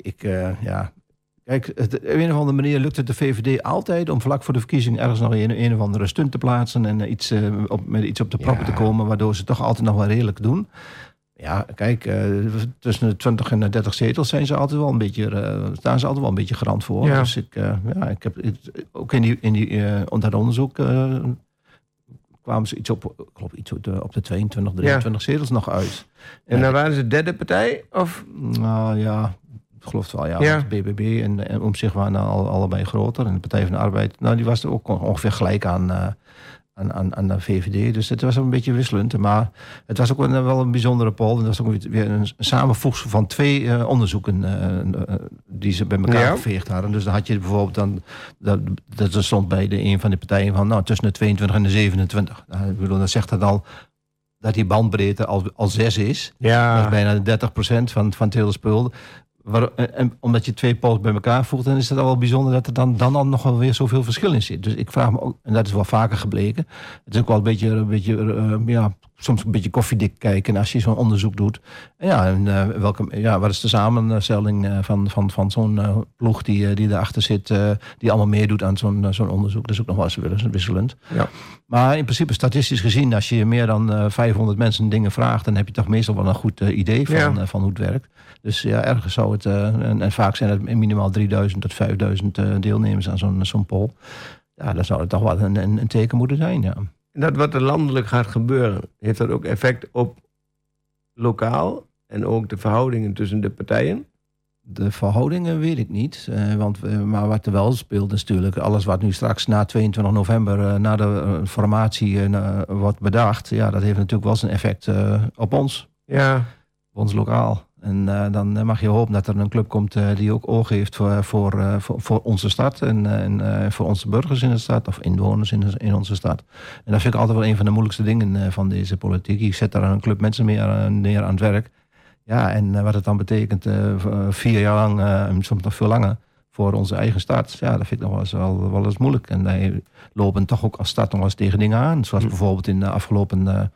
Kijk, op een of andere manier lukt het de VVD altijd om vlak voor de verkiezing ergens nog een of andere stunt te plaatsen en met iets op de proppen te komen, waardoor ze toch altijd nog wel redelijk doen. Ja, kijk, tussen de 20 en de 30 zetels staan ze altijd wel een beetje garant voor. Ja. Dus ik heb ook in dat onderzoek kwamen ze iets op de 22, 23 zetels nog uit. En dan waren ze derde partij? Of? Nou ja, ik geloof het wel, ja. BBB en Omtzigt waren allebei groter. En de Partij van de Arbeid, die was er ook ongeveer gelijk aan de VVD. Dus het was een beetje wisselend. Maar het was ook wel een bijzondere poll. En dat was ook weer een samenvoegsel van 2 onderzoeken die ze bij elkaar geveegd hadden. Dus dan had je bijvoorbeeld dat stond bij een van de partijen van tussen de 22 en de 27. Dan zegt dat al dat die bandbreedte al 6 is. Ja. Dat is bijna 30% van het hele spul. En omdat je 2 pols bij elkaar voegt, dan is het al wel bijzonder dat er dan nog wel weer zoveel verschil in zit. Dus ik vraag me ook, en dat is wel vaker gebleken, het is ook wel een beetje soms een beetje koffiedik kijken als je zo'n onderzoek doet. Wat is de samenstelling van zo'n ploeg die erachter zit, die allemaal meer doet aan zo'n onderzoek. Dat is ook nog wel eens wisselend. Ja. Maar in principe statistisch gezien, als je meer dan 500 mensen dingen vraagt, dan heb je toch meestal wel een goed idee van hoe het werkt. Dus ja, ergens zou het, en vaak zijn het minimaal 3000 tot 5000 deelnemers aan zo'n poll. Ja, dan zou het toch wel een teken moeten zijn, ja. Dat wat er landelijk gaat gebeuren, heeft dat ook effect op lokaal en ook de verhoudingen tussen de partijen? De verhoudingen weet ik niet. Maar wat er wel speelt is natuurlijk alles wat nu straks na 22 november, na de formatie wordt bedacht. Ja, dat heeft natuurlijk wel zijn effect op ons. Ja. Op ons lokaal. En dan mag je hopen dat er een club komt die ook oog heeft voor onze stad. En voor onze burgers in de stad. Of inwoners in onze stad. En dat vind ik altijd wel een van de moeilijkste dingen van deze politiek. Je zet daar een club mensen neer aan het werk. Ja, en wat het dan betekent 4 jaar lang, en soms nog veel langer, voor onze eigen stad. Ja, dat vind ik nog wel eens moeilijk. En wij lopen toch ook als stad nog wel eens tegen dingen aan. Zoals bijvoorbeeld in de afgelopen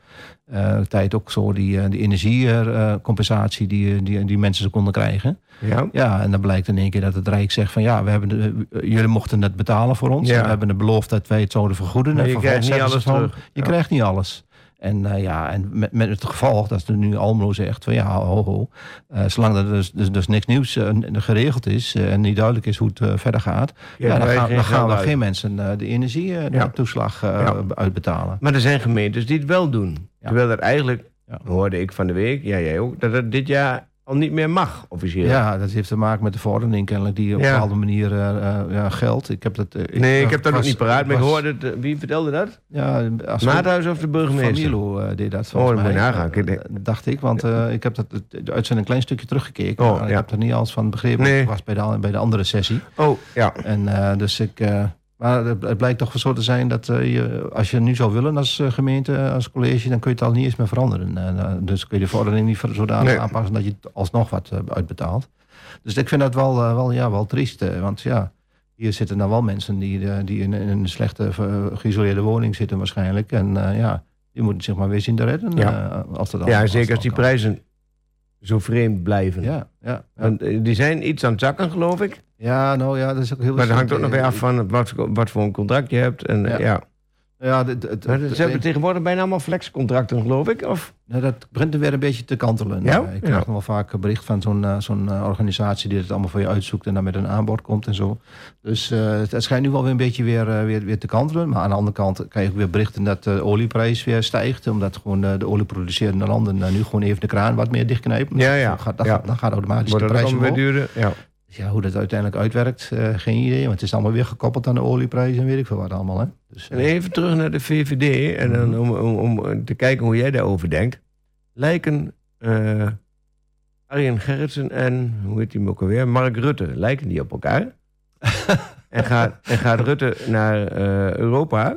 tijd ook zo die energiecompensatie die mensen konden krijgen. Ja, en dan blijkt in één keer dat het Rijk zegt van ja, jullie mochten het betalen voor ons. Ja. En we hebben beloofd dat wij het zouden vergoeden. Maar je krijgt niet alles terug. Je krijgt niet alles. En met het gevolg dat er nu Almelo zegt van ja, zolang er dus niks nieuws geregeld is en niet duidelijk is hoe het verder gaat, dan gaan we geen mensen de energietoeslag uitbetalen. Maar er zijn gemeentes die het wel doen. Ja. Terwijl dat eigenlijk, hoorde ik van de week, jij ook, dat het dit jaar al niet meer mag, officieel. Ja, dat heeft te maken met de verordening kennelijk die op een bepaalde manier geldt. Ik heb dat ook niet paraat, maar ik hoorde het, wie vertelde dat? Ja, Maathuis of de burgemeester? Van Milo deed dat volgens mij. Nagaan. Dacht ik, want ik heb dat uitzending een klein stukje teruggekeken. Ik heb er niet alles van begrepen. Nee. Ik was bij de andere sessie. Oh, ja. En dus maar het blijkt toch zo te zijn dat als je nu zou willen als gemeente, als college, dan kun je het al niet eens meer veranderen. Dus kun je de verordening niet zodanig aanpassen dat je alsnog wat uitbetaalt. Dus ik vind dat wel triest. Want ja, hier zitten dan wel mensen die in een slechte geïsoleerde woning zitten waarschijnlijk. En die moeten zich maar weer zien te redden. Zeker als die prijzen zo vreemd blijven. Ja. Want die zijn iets aan het zakken, geloof ik. Ja, dat is ook heel. Maar dat hangt ook nog weer af van wat voor een contract je hebt. En, ze hebben tegenwoordig bijna allemaal flexcontracten, geloof ik? Of? Dat begint er weer een beetje te kantelen. Ik krijg nog wel vaak bericht van zo'n organisatie die het allemaal voor je uitzoekt en dan met een aanbod komt en zo. Dus het schijnt nu wel weer een beetje weer te kantelen. Maar aan de andere kant krijg ik weer berichten dat de olieprijs weer stijgt. Omdat gewoon de olieproducerende landen nu gewoon even de kraan wat meer dichtknijpen. Dan gaat automatisch de prijs omhoog. Weer duurder. Ja, hoe dat uiteindelijk uitwerkt, geen idee. Want het is allemaal weer gekoppeld aan de olieprijs en weet ik veel wat allemaal. Hè? Dus, en even terug naar de VVD. En dan om te kijken hoe jij daarover denkt. Lijken Arjen Gerritsen en, hoe heet die ook alweer, Mark Rutte, lijken die op elkaar? en gaat Rutte naar Europa?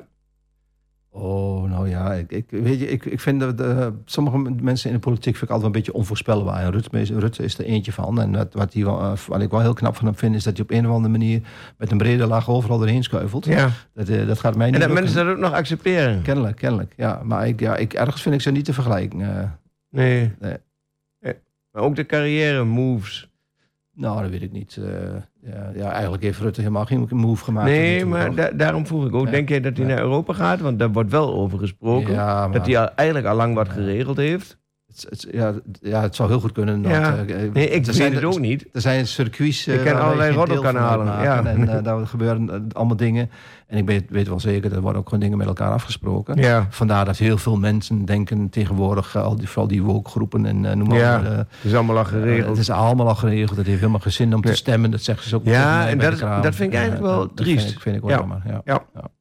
Oh, nou ja, ik vind dat sommige mensen in de politiek vind ik altijd een beetje onvoorspelbaar. En Rutte is er eentje van. En wat ik wel heel knap van hem vind, is dat hij op een of andere manier met een brede laag overal erheen schuifelt. Ja. Dat gaat mij niet. En dat mensen dat ook nog accepteren. Kennelijk, ja. Maar ergens vind ik ze niet te vergelijken. Nee. Maar ook de carrière moves. Nou, dat weet ik niet. Eigenlijk heeft Rutte helemaal geen move gemaakt. Nee, maar daarom vroeg ik ook. Denk jij dat hij naar Europa gaat? Want daar wordt wel over gesproken. Ja, maar dat hij eigenlijk al lang wat geregeld heeft. Het zou heel goed kunnen. Ik weet het ook niet. Er zijn circuits. Ik ken allerlei roddelkanalen. En daar gebeuren allemaal dingen. En ik weet wel zeker, er worden ook gewoon dingen met elkaar afgesproken. Ja. Vandaar dat heel veel mensen denken tegenwoordig, vooral die woke-groepen en noem maar. Het is allemaal al geregeld. Het is allemaal al geregeld. Het heeft helemaal geen zin om te stemmen. Dat zeggen ze ook. Ja, en dat vind ik eigenlijk wel triest. Dat vind ik wel jammer. Ja.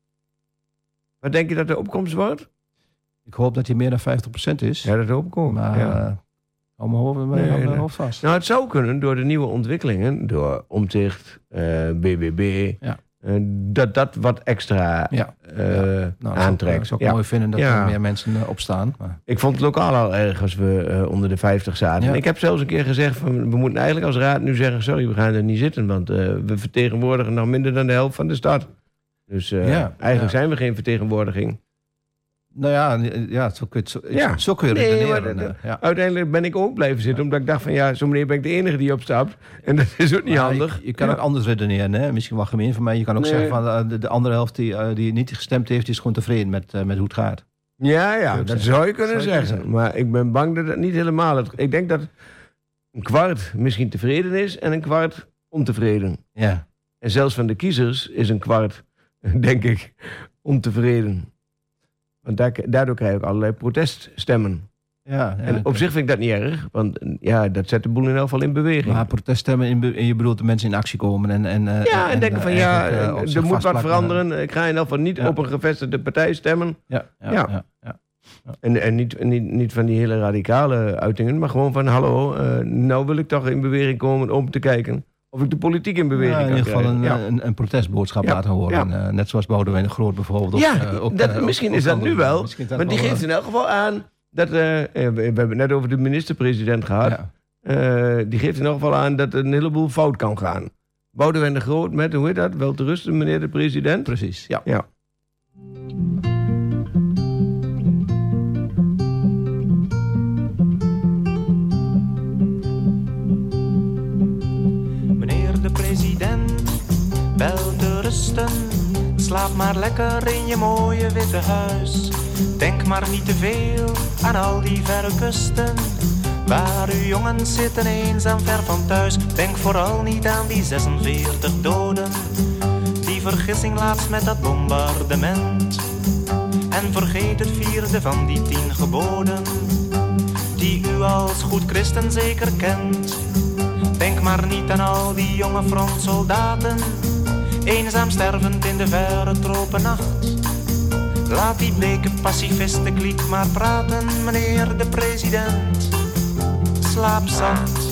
Wat denk je dat de opkomst wordt? Ik hoop dat hij meer dan 50% is. Ja, dat hoop ik ook. Maar hou mijn hoofd vast. Nou, het zou kunnen door de nieuwe ontwikkelingen. Door Omtzigt, BBB, dat wat extra aantrekt. Dat zou ik mooi vinden dat er meer mensen opstaan. Maar... Ik vond het lokaal al erg als we onder de 50 zaten. Ja. Ik heb zelfs een keer gezegd, we moeten eigenlijk als raad nu zeggen... sorry, we gaan er niet zitten, want we vertegenwoordigen nog minder dan de helft van de stad. Dus eigenlijk zijn we geen vertegenwoordiging. Nou ja, zo kun je redeneren. Uiteindelijk ben ik ook blijven zitten, omdat ik dacht van zo meneer ben ik de enige die opstapt. En dat is ook niet handig. Je kan ook anders redeneren, hè? Misschien wel gemeen van mij. Je kan ook zeggen van de andere helft die niet gestemd heeft, is gewoon tevreden met hoe het gaat. Ja, dat zou je kunnen zeggen. Maar ik ben bang dat het niet helemaal... Ik denk dat een kwart misschien tevreden is en een kwart ontevreden. Ja. En zelfs van de kiezers is een kwart, denk ik, ontevreden. Want daardoor krijg ik allerlei proteststemmen. Ja, en op zich vind ik dat niet erg, want dat zet de boel in elk geval in beweging. Maar proteststemmen, en je bedoelt de mensen in actie komen en denken van er moet wat veranderen. Ik ga in elk geval niet op een gevestigde partij stemmen. Ja. En niet van die hele radicale uitingen, maar gewoon van hallo, nou wil ik toch in beweging komen om te kijken of ik de politiek in beweging kan krijgen. In ieder geval een protestboodschap laten horen. Ja. Net zoals Boudewijn de Groot bijvoorbeeld. Misschien is dat nu wel. Maar die geeft in elk geval aan dat... we hebben het net over de minister-president gehad. Ja. Die geeft in elk geval aan dat een heleboel fout kan gaan. Boudewijn de Groot met, hoe heet dat? Wel te rusten, meneer de president? Precies, ja. Wel te rusten, slaap maar lekker in je mooie witte huis. Denk maar niet te veel aan al die verre kusten, waar uw jongens zitten eenzaam ver van thuis. Denk vooral niet aan die 46 doden, die vergissing laatst met dat bombardement. En vergeet het 4e van die 10 geboden, die u als goed christen zeker kent. Denk maar niet aan al die jonge frontsoldaten, eenzaam stervend in de verre tropennacht. Laat die bleke pacifistenkliek maar praten, meneer de president. Slaap zacht.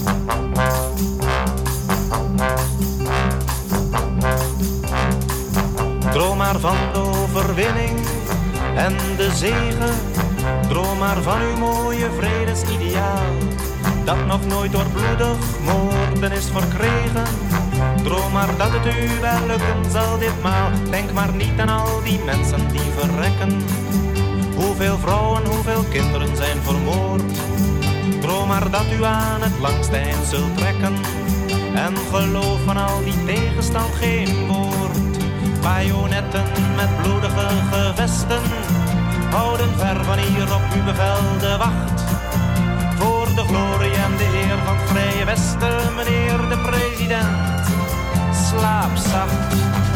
Droom maar van de overwinning en de zegen. Droom maar van uw mooie vredesideaal, dat nog nooit door bloedig moorden is verkregen. Droom maar dat het u wel lukken zal ditmaal. Denk maar niet aan al die mensen die verrekken. Hoeveel vrouwen, hoeveel kinderen zijn vermoord. Droom maar dat u aan het langste eind zult trekken. En geloof van al die tegenstand geen woord. Bajonetten met bloedige gevesten houden ver van hier op uw bevel de wacht. Voor de glorie en de eer van het Vrije Westen, meneer de president. Slaap zacht.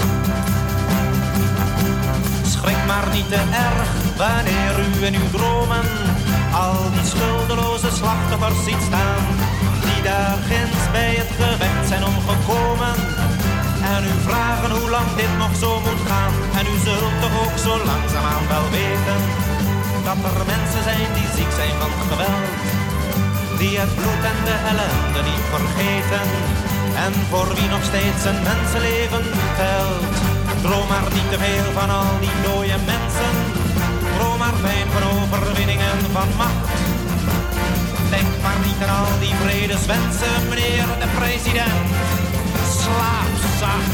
Schrik maar niet te erg wanneer u in uw dromen al die schuldeloze slachtoffers ziet staan, die daar ginds bij het gevecht zijn omgekomen. En u vragen hoe lang dit nog zo moet gaan. En u zult toch ook zo langzaamaan wel weten dat er mensen zijn die ziek zijn van geweld, die het bloed en de ellende niet vergeten, en voor wie nog steeds een mensenleven telt. Droom maar niet te veel van al die dode mensen, droom maar fijn van overwinning en van macht. Denk maar niet aan al die vredeswensen, meneer de president. Slaap zacht.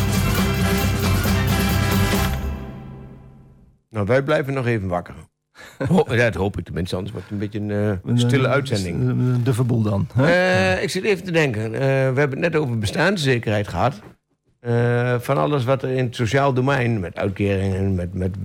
Nou, wij blijven nog even wakker. Dat hoop ik tenminste, anders wordt het een beetje een stille uitzending. De verboel dan. Ik zit even te denken. We hebben het net over bestaanszekerheid gehad. Van alles wat er in het sociaal domein, met uitkeringen, met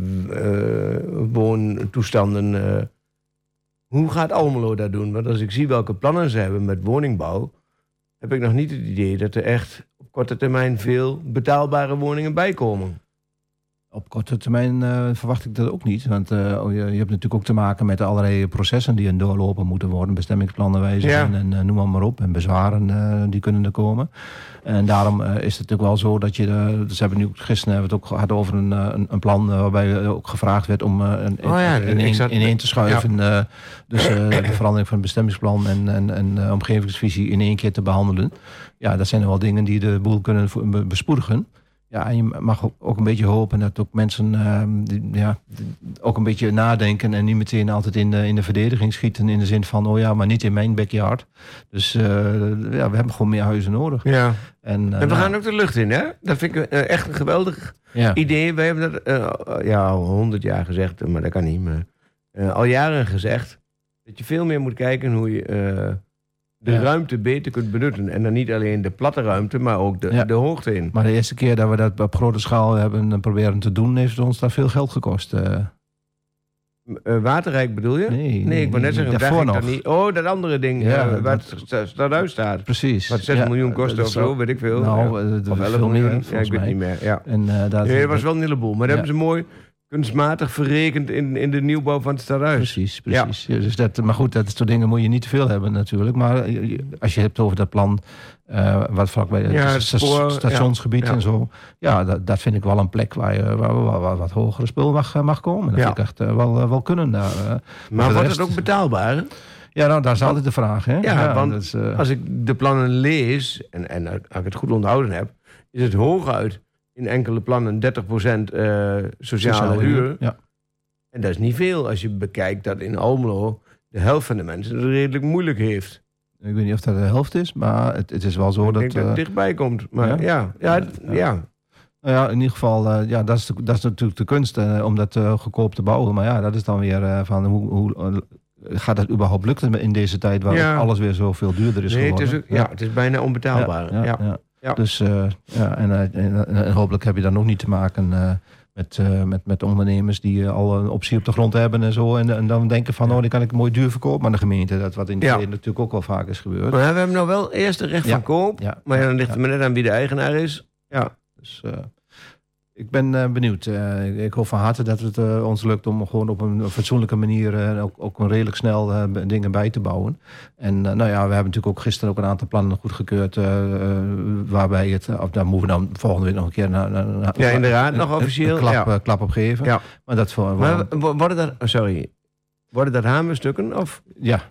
woontoestanden. Hoe gaat Almelo dat doen? Want als ik zie welke plannen ze hebben met woningbouw, heb ik nog niet het idee dat er echt op korte termijn veel betaalbare woningen bij komen. Op korte termijn verwacht ik dat ook niet. Want je hebt natuurlijk ook te maken met allerlei processen die doorlopen moeten worden. Bestemmingsplannen wijzigen en noem maar op. En bezwaren die kunnen er komen. En daarom is het natuurlijk wel zo dat je... Dus hebben nu gisteren hebben we het ook gehad over een plan waarbij ook gevraagd werd om ineen te schuiven. Ja. Dus de verandering van het bestemmingsplan en omgevingsvisie in één keer te behandelen. Ja, dat zijn wel dingen die de boel kunnen bespoedigen. Ja, en je mag ook een beetje hopen dat ook mensen ook een beetje nadenken en niet meteen altijd in de verdediging schieten in de zin van, maar niet in mijn backyard. Dus we hebben gewoon meer huizen nodig. Ja. En we gaan ook de lucht in, hè? Dat vind ik echt een geweldig idee. We hebben dat al 100 jaar gezegd, maar dat kan niet. Maar, al jaren gezegd dat je veel meer moet kijken hoe je de ruimte beter kunt benutten. En dan niet alleen de platte ruimte, maar ook de hoogte in. Maar de eerste keer dat we dat op grote schaal hebben proberen te doen, heeft ons daar veel geld gekost. Waterrijk bedoel je? Nee, ik wou net zeggen, daar ging dat niet. Oh, dat andere ding waar het daaruit staat. Precies. Wat 6 miljoen kostte of zo, weet ik veel. Of 11 miljoen, ik weet niet meer. Ja. En, dat was wel een heleboel. Maar dat hebben ze mooi kunstmatig verrekend in de nieuwbouw van het stadhuis. Precies. Ja. Dus maar goed, dat soort dingen moet je niet te veel hebben natuurlijk. Maar als je hebt over dat plan, wat vlakbij het stationsgebied en zo. Ja, dat vind ik wel een plek waar wat hogere spul mag komen. Dat vind ik echt wel kunnen daar. Maar wordt het ook betaalbaar? Ja, nou, daar is altijd de vraag. Hè? Ja, want als ik de plannen lees, en als ik het goed onthouden heb, is het hooguit in enkele plannen 30% sociale huur. Ja. En dat is niet veel als je bekijkt dat in Almelo de helft van de mensen het redelijk moeilijk heeft. Ik weet niet of dat de helft is, maar het is wel zo dat... Ik denk dat het dichtbij komt. Maar ja. Nou ja, in ieder geval, dat is natuurlijk de kunst om dat goedkoop te bouwen. Maar ja, dat is dan weer van hoe gaat dat überhaupt lukken in deze tijd waar alles weer zoveel duurder is geworden? Het is bijna onbetaalbaar. Ja. Dus en hopelijk heb je dan ook niet te maken met ondernemers die al een optie op de grond hebben en zo. En dan denken van, die kan ik mooi duur verkopen aan de gemeente. Dat wat in het verleden natuurlijk ook wel vaak is gebeurd. Maar we hebben nou wel eerst een recht van koop. Ja. Maar dan ligt het maar net aan wie de eigenaar is. Ja. Dus ik ben benieuwd. Ik hoop van harte dat het ons lukt om gewoon op een fatsoenlijke manier ook redelijk snel dingen bij te bouwen. En we hebben natuurlijk ook gisteren ook een aantal plannen goedgekeurd waarbij daar moeten we dan volgende week nog een keer naar in de raad nog officieel klap op geven. Ja. Maar worden dat hamerstukken of? Ja.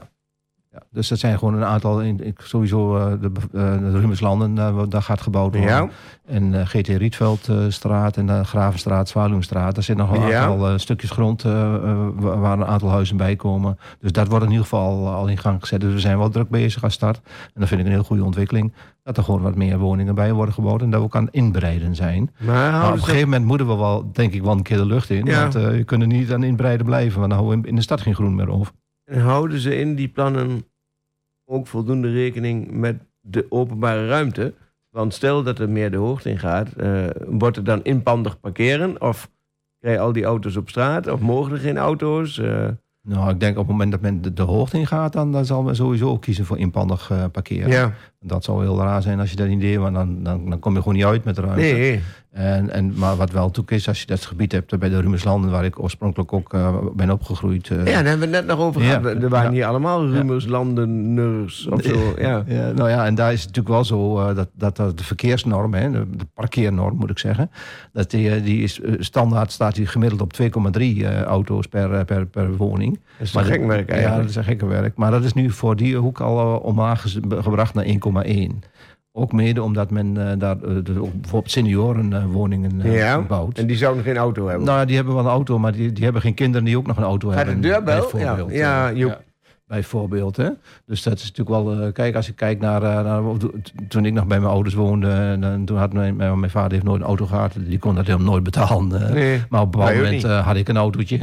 Dus dat zijn gewoon een aantal, sowieso de Rumerslanden, daar gaat gebouwd worden. Ja. En GT Rietveldstraat en de Gravenstraat, Zwaluwstraat. Daar zitten nog een aantal stukjes grond waar een aantal huizen bij komen. Dus dat wordt in ieder geval al in gang gezet. Dus we zijn wel druk bezig als start. En dat vind ik een heel goede ontwikkeling. Dat er gewoon wat meer woningen bij worden gebouwd en dat we ook aan inbreiden zijn. Maar op een gegeven moment moeten we wel, denk ik, wel een keer de lucht in. Ja. Want je kunt er niet aan inbreiden blijven, want dan houden we in de stad geen groen meer over. En houden ze in die plannen ook voldoende rekening met de openbare ruimte? Want stel dat er meer de hoogte in gaat, wordt er dan inpandig parkeren? Of krijg je al die auto's op straat? Of mogen er geen auto's? Nou, ik denk op het moment dat men de hoogte in gaat, dan zal men sowieso ook kiezen voor inpandig parkeren. Ja. Dat zou heel raar zijn als je dat niet deed, want dan kom je gewoon niet uit met de ruimte. Nee. Maar wat wel toe is, als je dat gebied hebt bij de Rumerslanden, waar ik oorspronkelijk ook ben opgegroeid. Daar hebben we het net nog over gehad. Er waren niet allemaal Rumerslandeners of zo. Ja. En daar is het natuurlijk wel zo dat de verkeersnorm, de parkeernorm moet ik zeggen, dat die is standaard staat die gemiddeld op 2,3 auto's per woning. Dat is een gek werk eigenlijk. Ja, dat is een gekke werk. Maar dat is nu voor die hoek al omlaag gebracht naar 1,1. Ook mede omdat men daar bijvoorbeeld seniorenwoningen bouwt. En die zouden geen auto hebben? Nou, die hebben wel een auto, maar die hebben geen kinderen die ook nog een auto hebben. Gaat de deurbel? Ja, Joep. Bijvoorbeeld. Hè? Dus dat is natuurlijk wel... kijk, als ik kijk naar toen ik nog bij mijn ouders woonde... toen had mijn vader heeft nooit een auto gehad. Die kon dat helemaal nooit betalen. Maar op een bepaald moment had ik een autootje.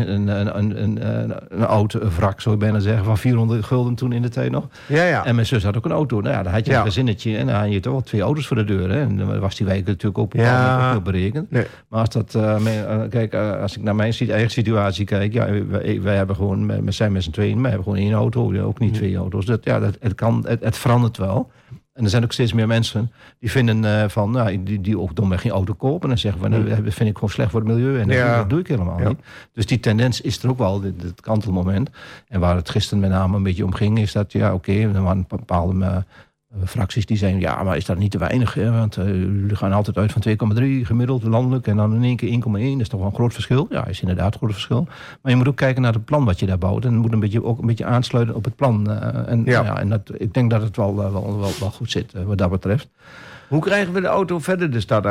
Een oud wrak, zou ik bijna zeggen. Van 400 gulden toen in de tijd nog. Ja. En mijn zus had ook een auto. Nou ja, dan had je een gezinnetje. En dan had je toch wel 2 auto's voor de deur. Hè? En dan was die wijk natuurlijk ook veel berekend. Nee. Maar als dat... kijk, als ik naar mijn eigen situatie kijk... Ja, wij hebben gewoon... We zijn met z'n tweeën. We hebben gewoon 1 auto. Ook niet 2 auto's. Het verandert wel. En er zijn ook steeds meer mensen die vinden die ook domweg geen auto kopen. En zeggen van, dat vind ik gewoon slecht voor het milieu. En dat doe ik helemaal niet. Dus die tendens is er ook wel, dit kantelmoment. En waar het gisteren met name een beetje om ging, is dat, er waren bepaalde fracties die zeiden, maar is dat niet te weinig? Hè? Want jullie gaan altijd uit van 2,3 gemiddeld landelijk en dan in één keer 1,1. Dat is toch wel een groot verschil? Ja, is inderdaad een groot verschil. Maar je moet ook kijken naar het plan wat je daar bouwt. En het moet ook een beetje aansluiten op het plan. Ik denk dat het wel goed zit wat dat betreft. Hoe krijgen we de auto verder de stad uit?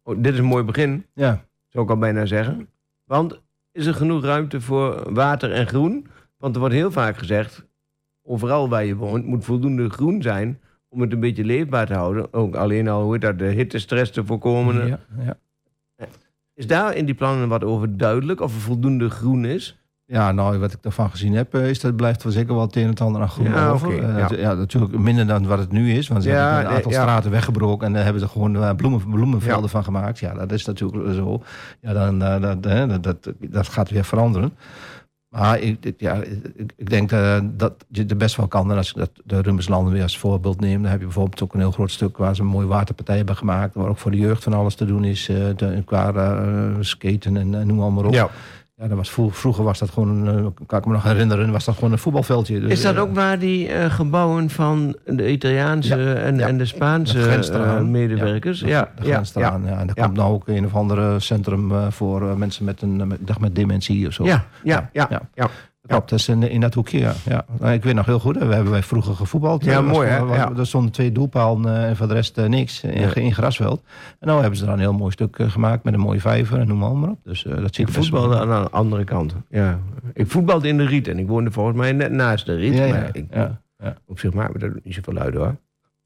dit is een mooi begin, Ja. zou ik al bijna zeggen. Want is er genoeg ruimte voor water en groen? Want er wordt heel vaak gezegd, overal waar je woont moet voldoende groen zijn om het een beetje leefbaar te houden. Ook alleen al, hoe heet dat, de hittestress te voorkomen. Ja. Is daar in die plannen wat over duidelijk, of er voldoende groen is? Ja, nou, wat ik daarvan gezien heb, is dat blijft wel zeker wel het een en het ander aan groen Ja, over. oké, ja. Natuurlijk minder dan wat het nu is, want ze hebben een aantal straten weggebroken en daar hebben ze gewoon bloemenvelden van gemaakt. Ja, dat is natuurlijk zo. Ja, dat gaat weer veranderen. Maar ik denk dat je er best wel kan. En als ik de Rummeslanden weer als voorbeeld neem, dan heb je bijvoorbeeld ook een heel groot stuk waar ze een mooie waterpartij hebben gemaakt, waar ook voor de jeugd van alles te doen is, qua skaten en noem maar op. Ja. Ja, dat was vroeger was dat gewoon, kan ik me nog herinneren, was dat gewoon een voetbalveldje. Dus, Is dat ook waar die gebouwen van de Italiaanse en de Spaanse medewerkers? De grens eraan. Ja. En daar komt nou ook een of andere centrum voor mensen met dementie of zo. Ja. Klopt, dat is in dat hoekje, ja. Nou, ik weet nog heel goed, wij hebben vroeger gevoetbald. Ja, mooi hè? Er stonden 2 doelpalen en voor de rest niks in grasveld. En nou hebben ze er een heel mooi stuk gemaakt met een mooie vijver en noem maar op. Dus dat ziet ik voetbalde aan de andere kant. Ja. Ik voetbalde in de Riet en ik woonde volgens mij net naast de Riet. Op zich maakt me dat niet zoveel uit hoor.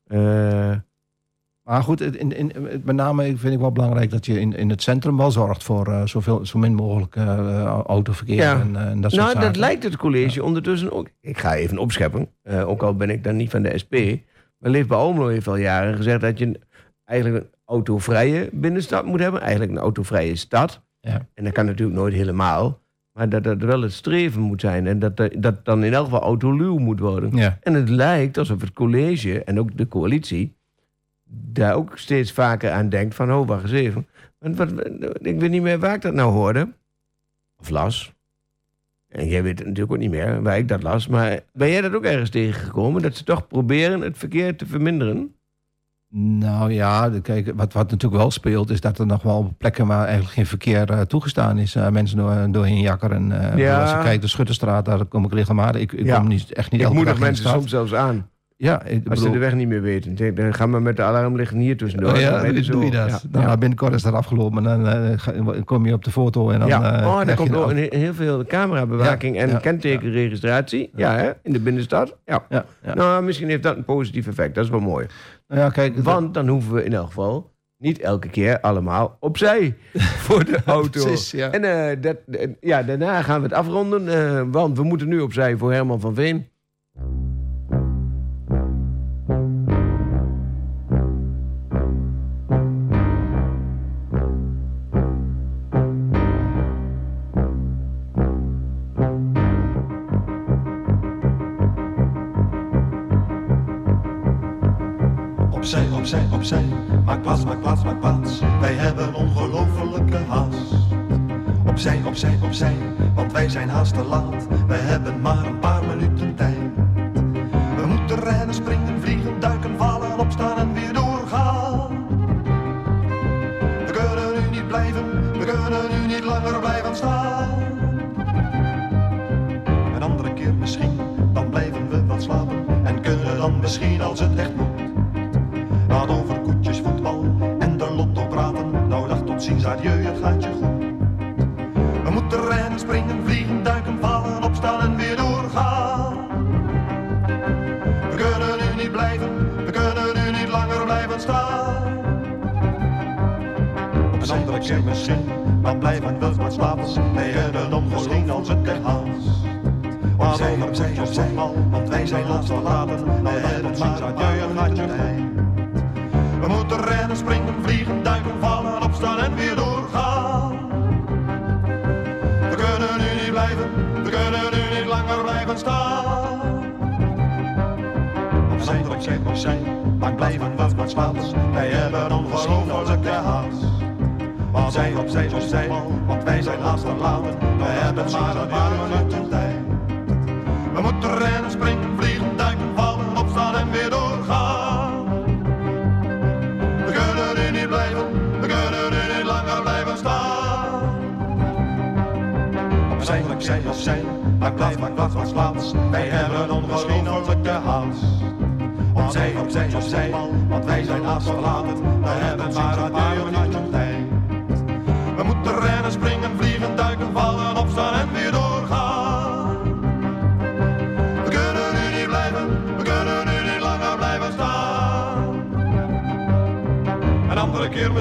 Maar goed, met name vind ik wel belangrijk dat je in het centrum wel zorgt voor zo min mogelijk autoverkeer. Ja. En dat soort zaken. Dat lijkt het college ondertussen ook. Ik ga even opscheppen, ook al ben ik dan niet van de SP. Maar Leefbaar Almelo heeft al jaren gezegd dat je eigenlijk een autovrije binnenstad moet hebben. Eigenlijk een autovrije stad. Ja. En dat kan natuurlijk nooit helemaal. Maar dat wel het streven moet zijn. En dat dan in elk geval autoluw moet worden. Ja. En het lijkt alsof het college en ook de coalitie daar ook steeds vaker aan denkt van, wacht eens even. Ik weet niet meer waar ik dat nou hoorde. Of las. En jij weet het natuurlijk ook niet meer waar ik dat las. Maar ben jij dat ook ergens tegengekomen? Dat ze toch proberen het verkeer te verminderen? Nou ja, kijk, wat natuurlijk wel speelt, is dat er nog wel plekken waar eigenlijk geen verkeer toegestaan is. Mensen doorheen jakkeren. Als je kijkt, de Schutterstraat, daar kom ik regelmatig. Ik kom echt niet ik elke moet dag nog in de mensen stad. soms zelfs aan. Ja, als ze de weg niet meer weten. Dan gaan we met de alarmlichten hier tussendoor. Doe je dat. Ja. Binnenkort is dat afgelopen. Dan kom je op de foto. En dan, er komt ook heel veel camerabewaking en kentekenregistratie. Ja, hè? In de binnenstad. Ja. Nou, misschien heeft dat een positief effect. Dat is wel mooi. Nou ja, kijk, want dan hoeven we in elk geval niet elke keer allemaal opzij voor de auto. Precies, ja. En daarna gaan we het afronden. Want we moeten nu opzij voor Herman van Veen. Opzij, maak plaats, maak plaats, maak plaats. Wij hebben ongelofelijke haast. Opzij, want wij zijn haast te laat. Wij hebben maar een paar minuten tijd. We moeten rennen, springen, vliegen, duiken, vallen, opstaan en weer doorgaan. We kunnen nu niet blijven, we kunnen nu niet langer blijven staan. Een andere keer misschien, dan blijven we wel slapen. En kunnen dan misschien als het echt moet. Laat over koetjes, voetbal en de lotto praten. Nou dag tot ziens, adieu, het gaat je goed. We moeten rennen, springen, vliegen, duiken, vallen, opstaan en weer doorgaan. We kunnen nu niet blijven, we kunnen nu niet langer blijven staan. Een andere keer misschien, dan blijven we maar slapen. Wij hebben dan misschien als het echt haast. Opzij, want wij zijn laatst verlaten. We hebben maar adieu, het gaat je goed. We moeten rennen, springen, vliegen, duiken, vallen, opstaan en weer doorgaan. We kunnen nu niet blijven, we kunnen nu niet langer blijven staan. Opzij, maar blijven we maar slapen. Wij hebben ongelofelijke haast. Opzij, want wij zijn haast verlaten. We hebben maar een paar minuten tijd. We moeten rennen, springen, vliegen, duiken, vallen, opstaan en weer doorgaan. We kunnen nu niet blijven, we kunnen nu niet langer blijven staan. Opzij, maar plaats, maak plaats. Wij hebben ongelofelijke haast. Opzij, want wij zijn haast verlaten. We hebben maar een paar minuten tijd.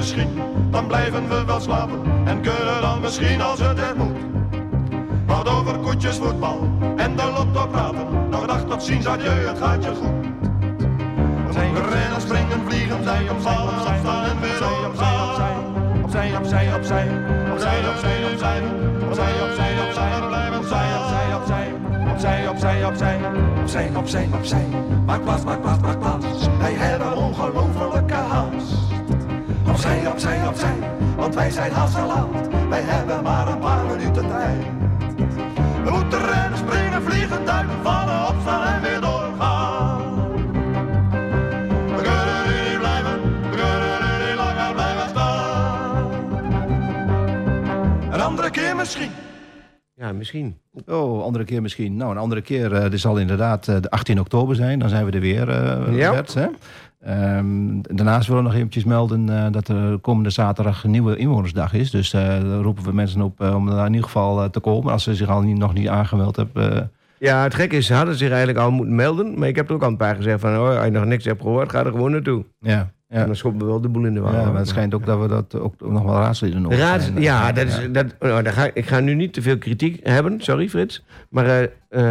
misschien, dan blijven we wel slapen en kunnen dan misschien als het er moet. Wat over koetjes, voetbal en de lotto praten. Nog dag tot ziens, adieu, het gaat je goed. Rennen, springen, vliegen, zij opvallen, opstaan en weer opzij, opzij, opzij, opzij, opzij, opzij, opzij, opzij, opzij, opzij, opzij, blijven zij, opzij, opzij, opzij, opzij, opzij, opzij, opzij, opzij. Maak plaats, maak plaats, maak plaats. Wij hebben ongelofelijke haast. Opzij, opzij, opzij, want wij zijn haast te laat. Wij hebben maar een paar minuten tijd. We moeten rennen, springen, vliegen, duiken, vallen, opstaan en weer doorgaan. We kunnen nu niet blijven, we kunnen nu niet langer blijven staan. Een andere keer misschien. Ja, misschien. Oh, andere keer misschien. Nou, een andere keer, dit zal inderdaad de 18 oktober zijn. Dan zijn we er weer, Bert, hè? Daarnaast willen we nog eventjes melden dat er komende zaterdag een nieuwe inwonersdag is. Dus daar roepen we mensen op om daar in ieder geval te komen. Als ze zich al nog niet aangemeld hebben. Ja, het gekke is, ze hadden zich eigenlijk al moeten melden. Maar ik heb er ook al een paar gezegd van, als je nog niks hebt gehoord, ga er gewoon naartoe. Ja. Ja. En dan schoppen we wel de boel in de war. Ja, maar het schijnt ook dat we dat ook nog wel raadsleden nodig zijn. Ja, ik ga nu niet te veel kritiek hebben. Sorry, Frits. Maar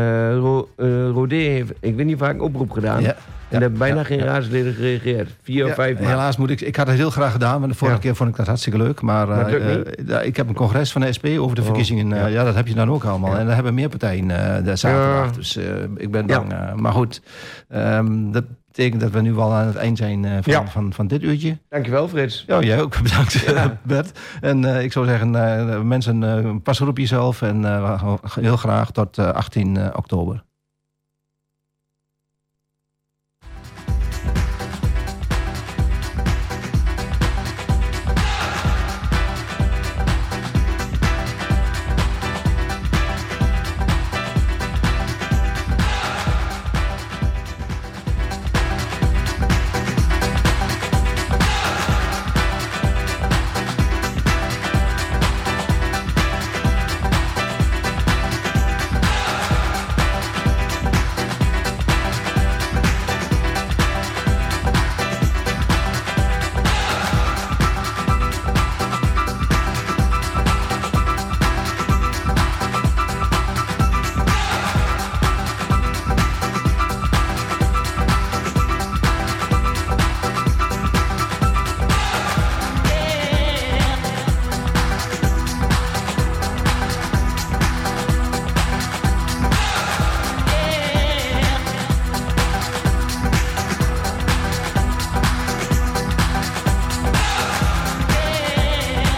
Rodé heeft, ik weet niet vaak een oproep gedaan. Ja. En er hebben bijna geen raadsleden gereageerd. 4 of 5 maanden. Helaas moet ik had het heel graag gedaan, maar de vorige keer vond ik dat hartstikke leuk. Maar ik heb een congres van de SP over de verkiezingen. Ja, dat heb je dan ook allemaal. Ja. En daar hebben meer partijen de zaterdag. Ja. Dus ik ben bang. Maar goed, dat betekent dat we nu wel aan het eind zijn van dit uurtje. Dankjewel, Frits. Ja, jij ook bedankt, Bert. En ik zou zeggen, mensen, pas er op jezelf. En heel graag tot 18 oktober.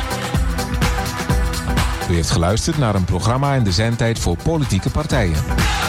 U heeft geluisterd naar een programma in de zendtijd voor politieke partijen.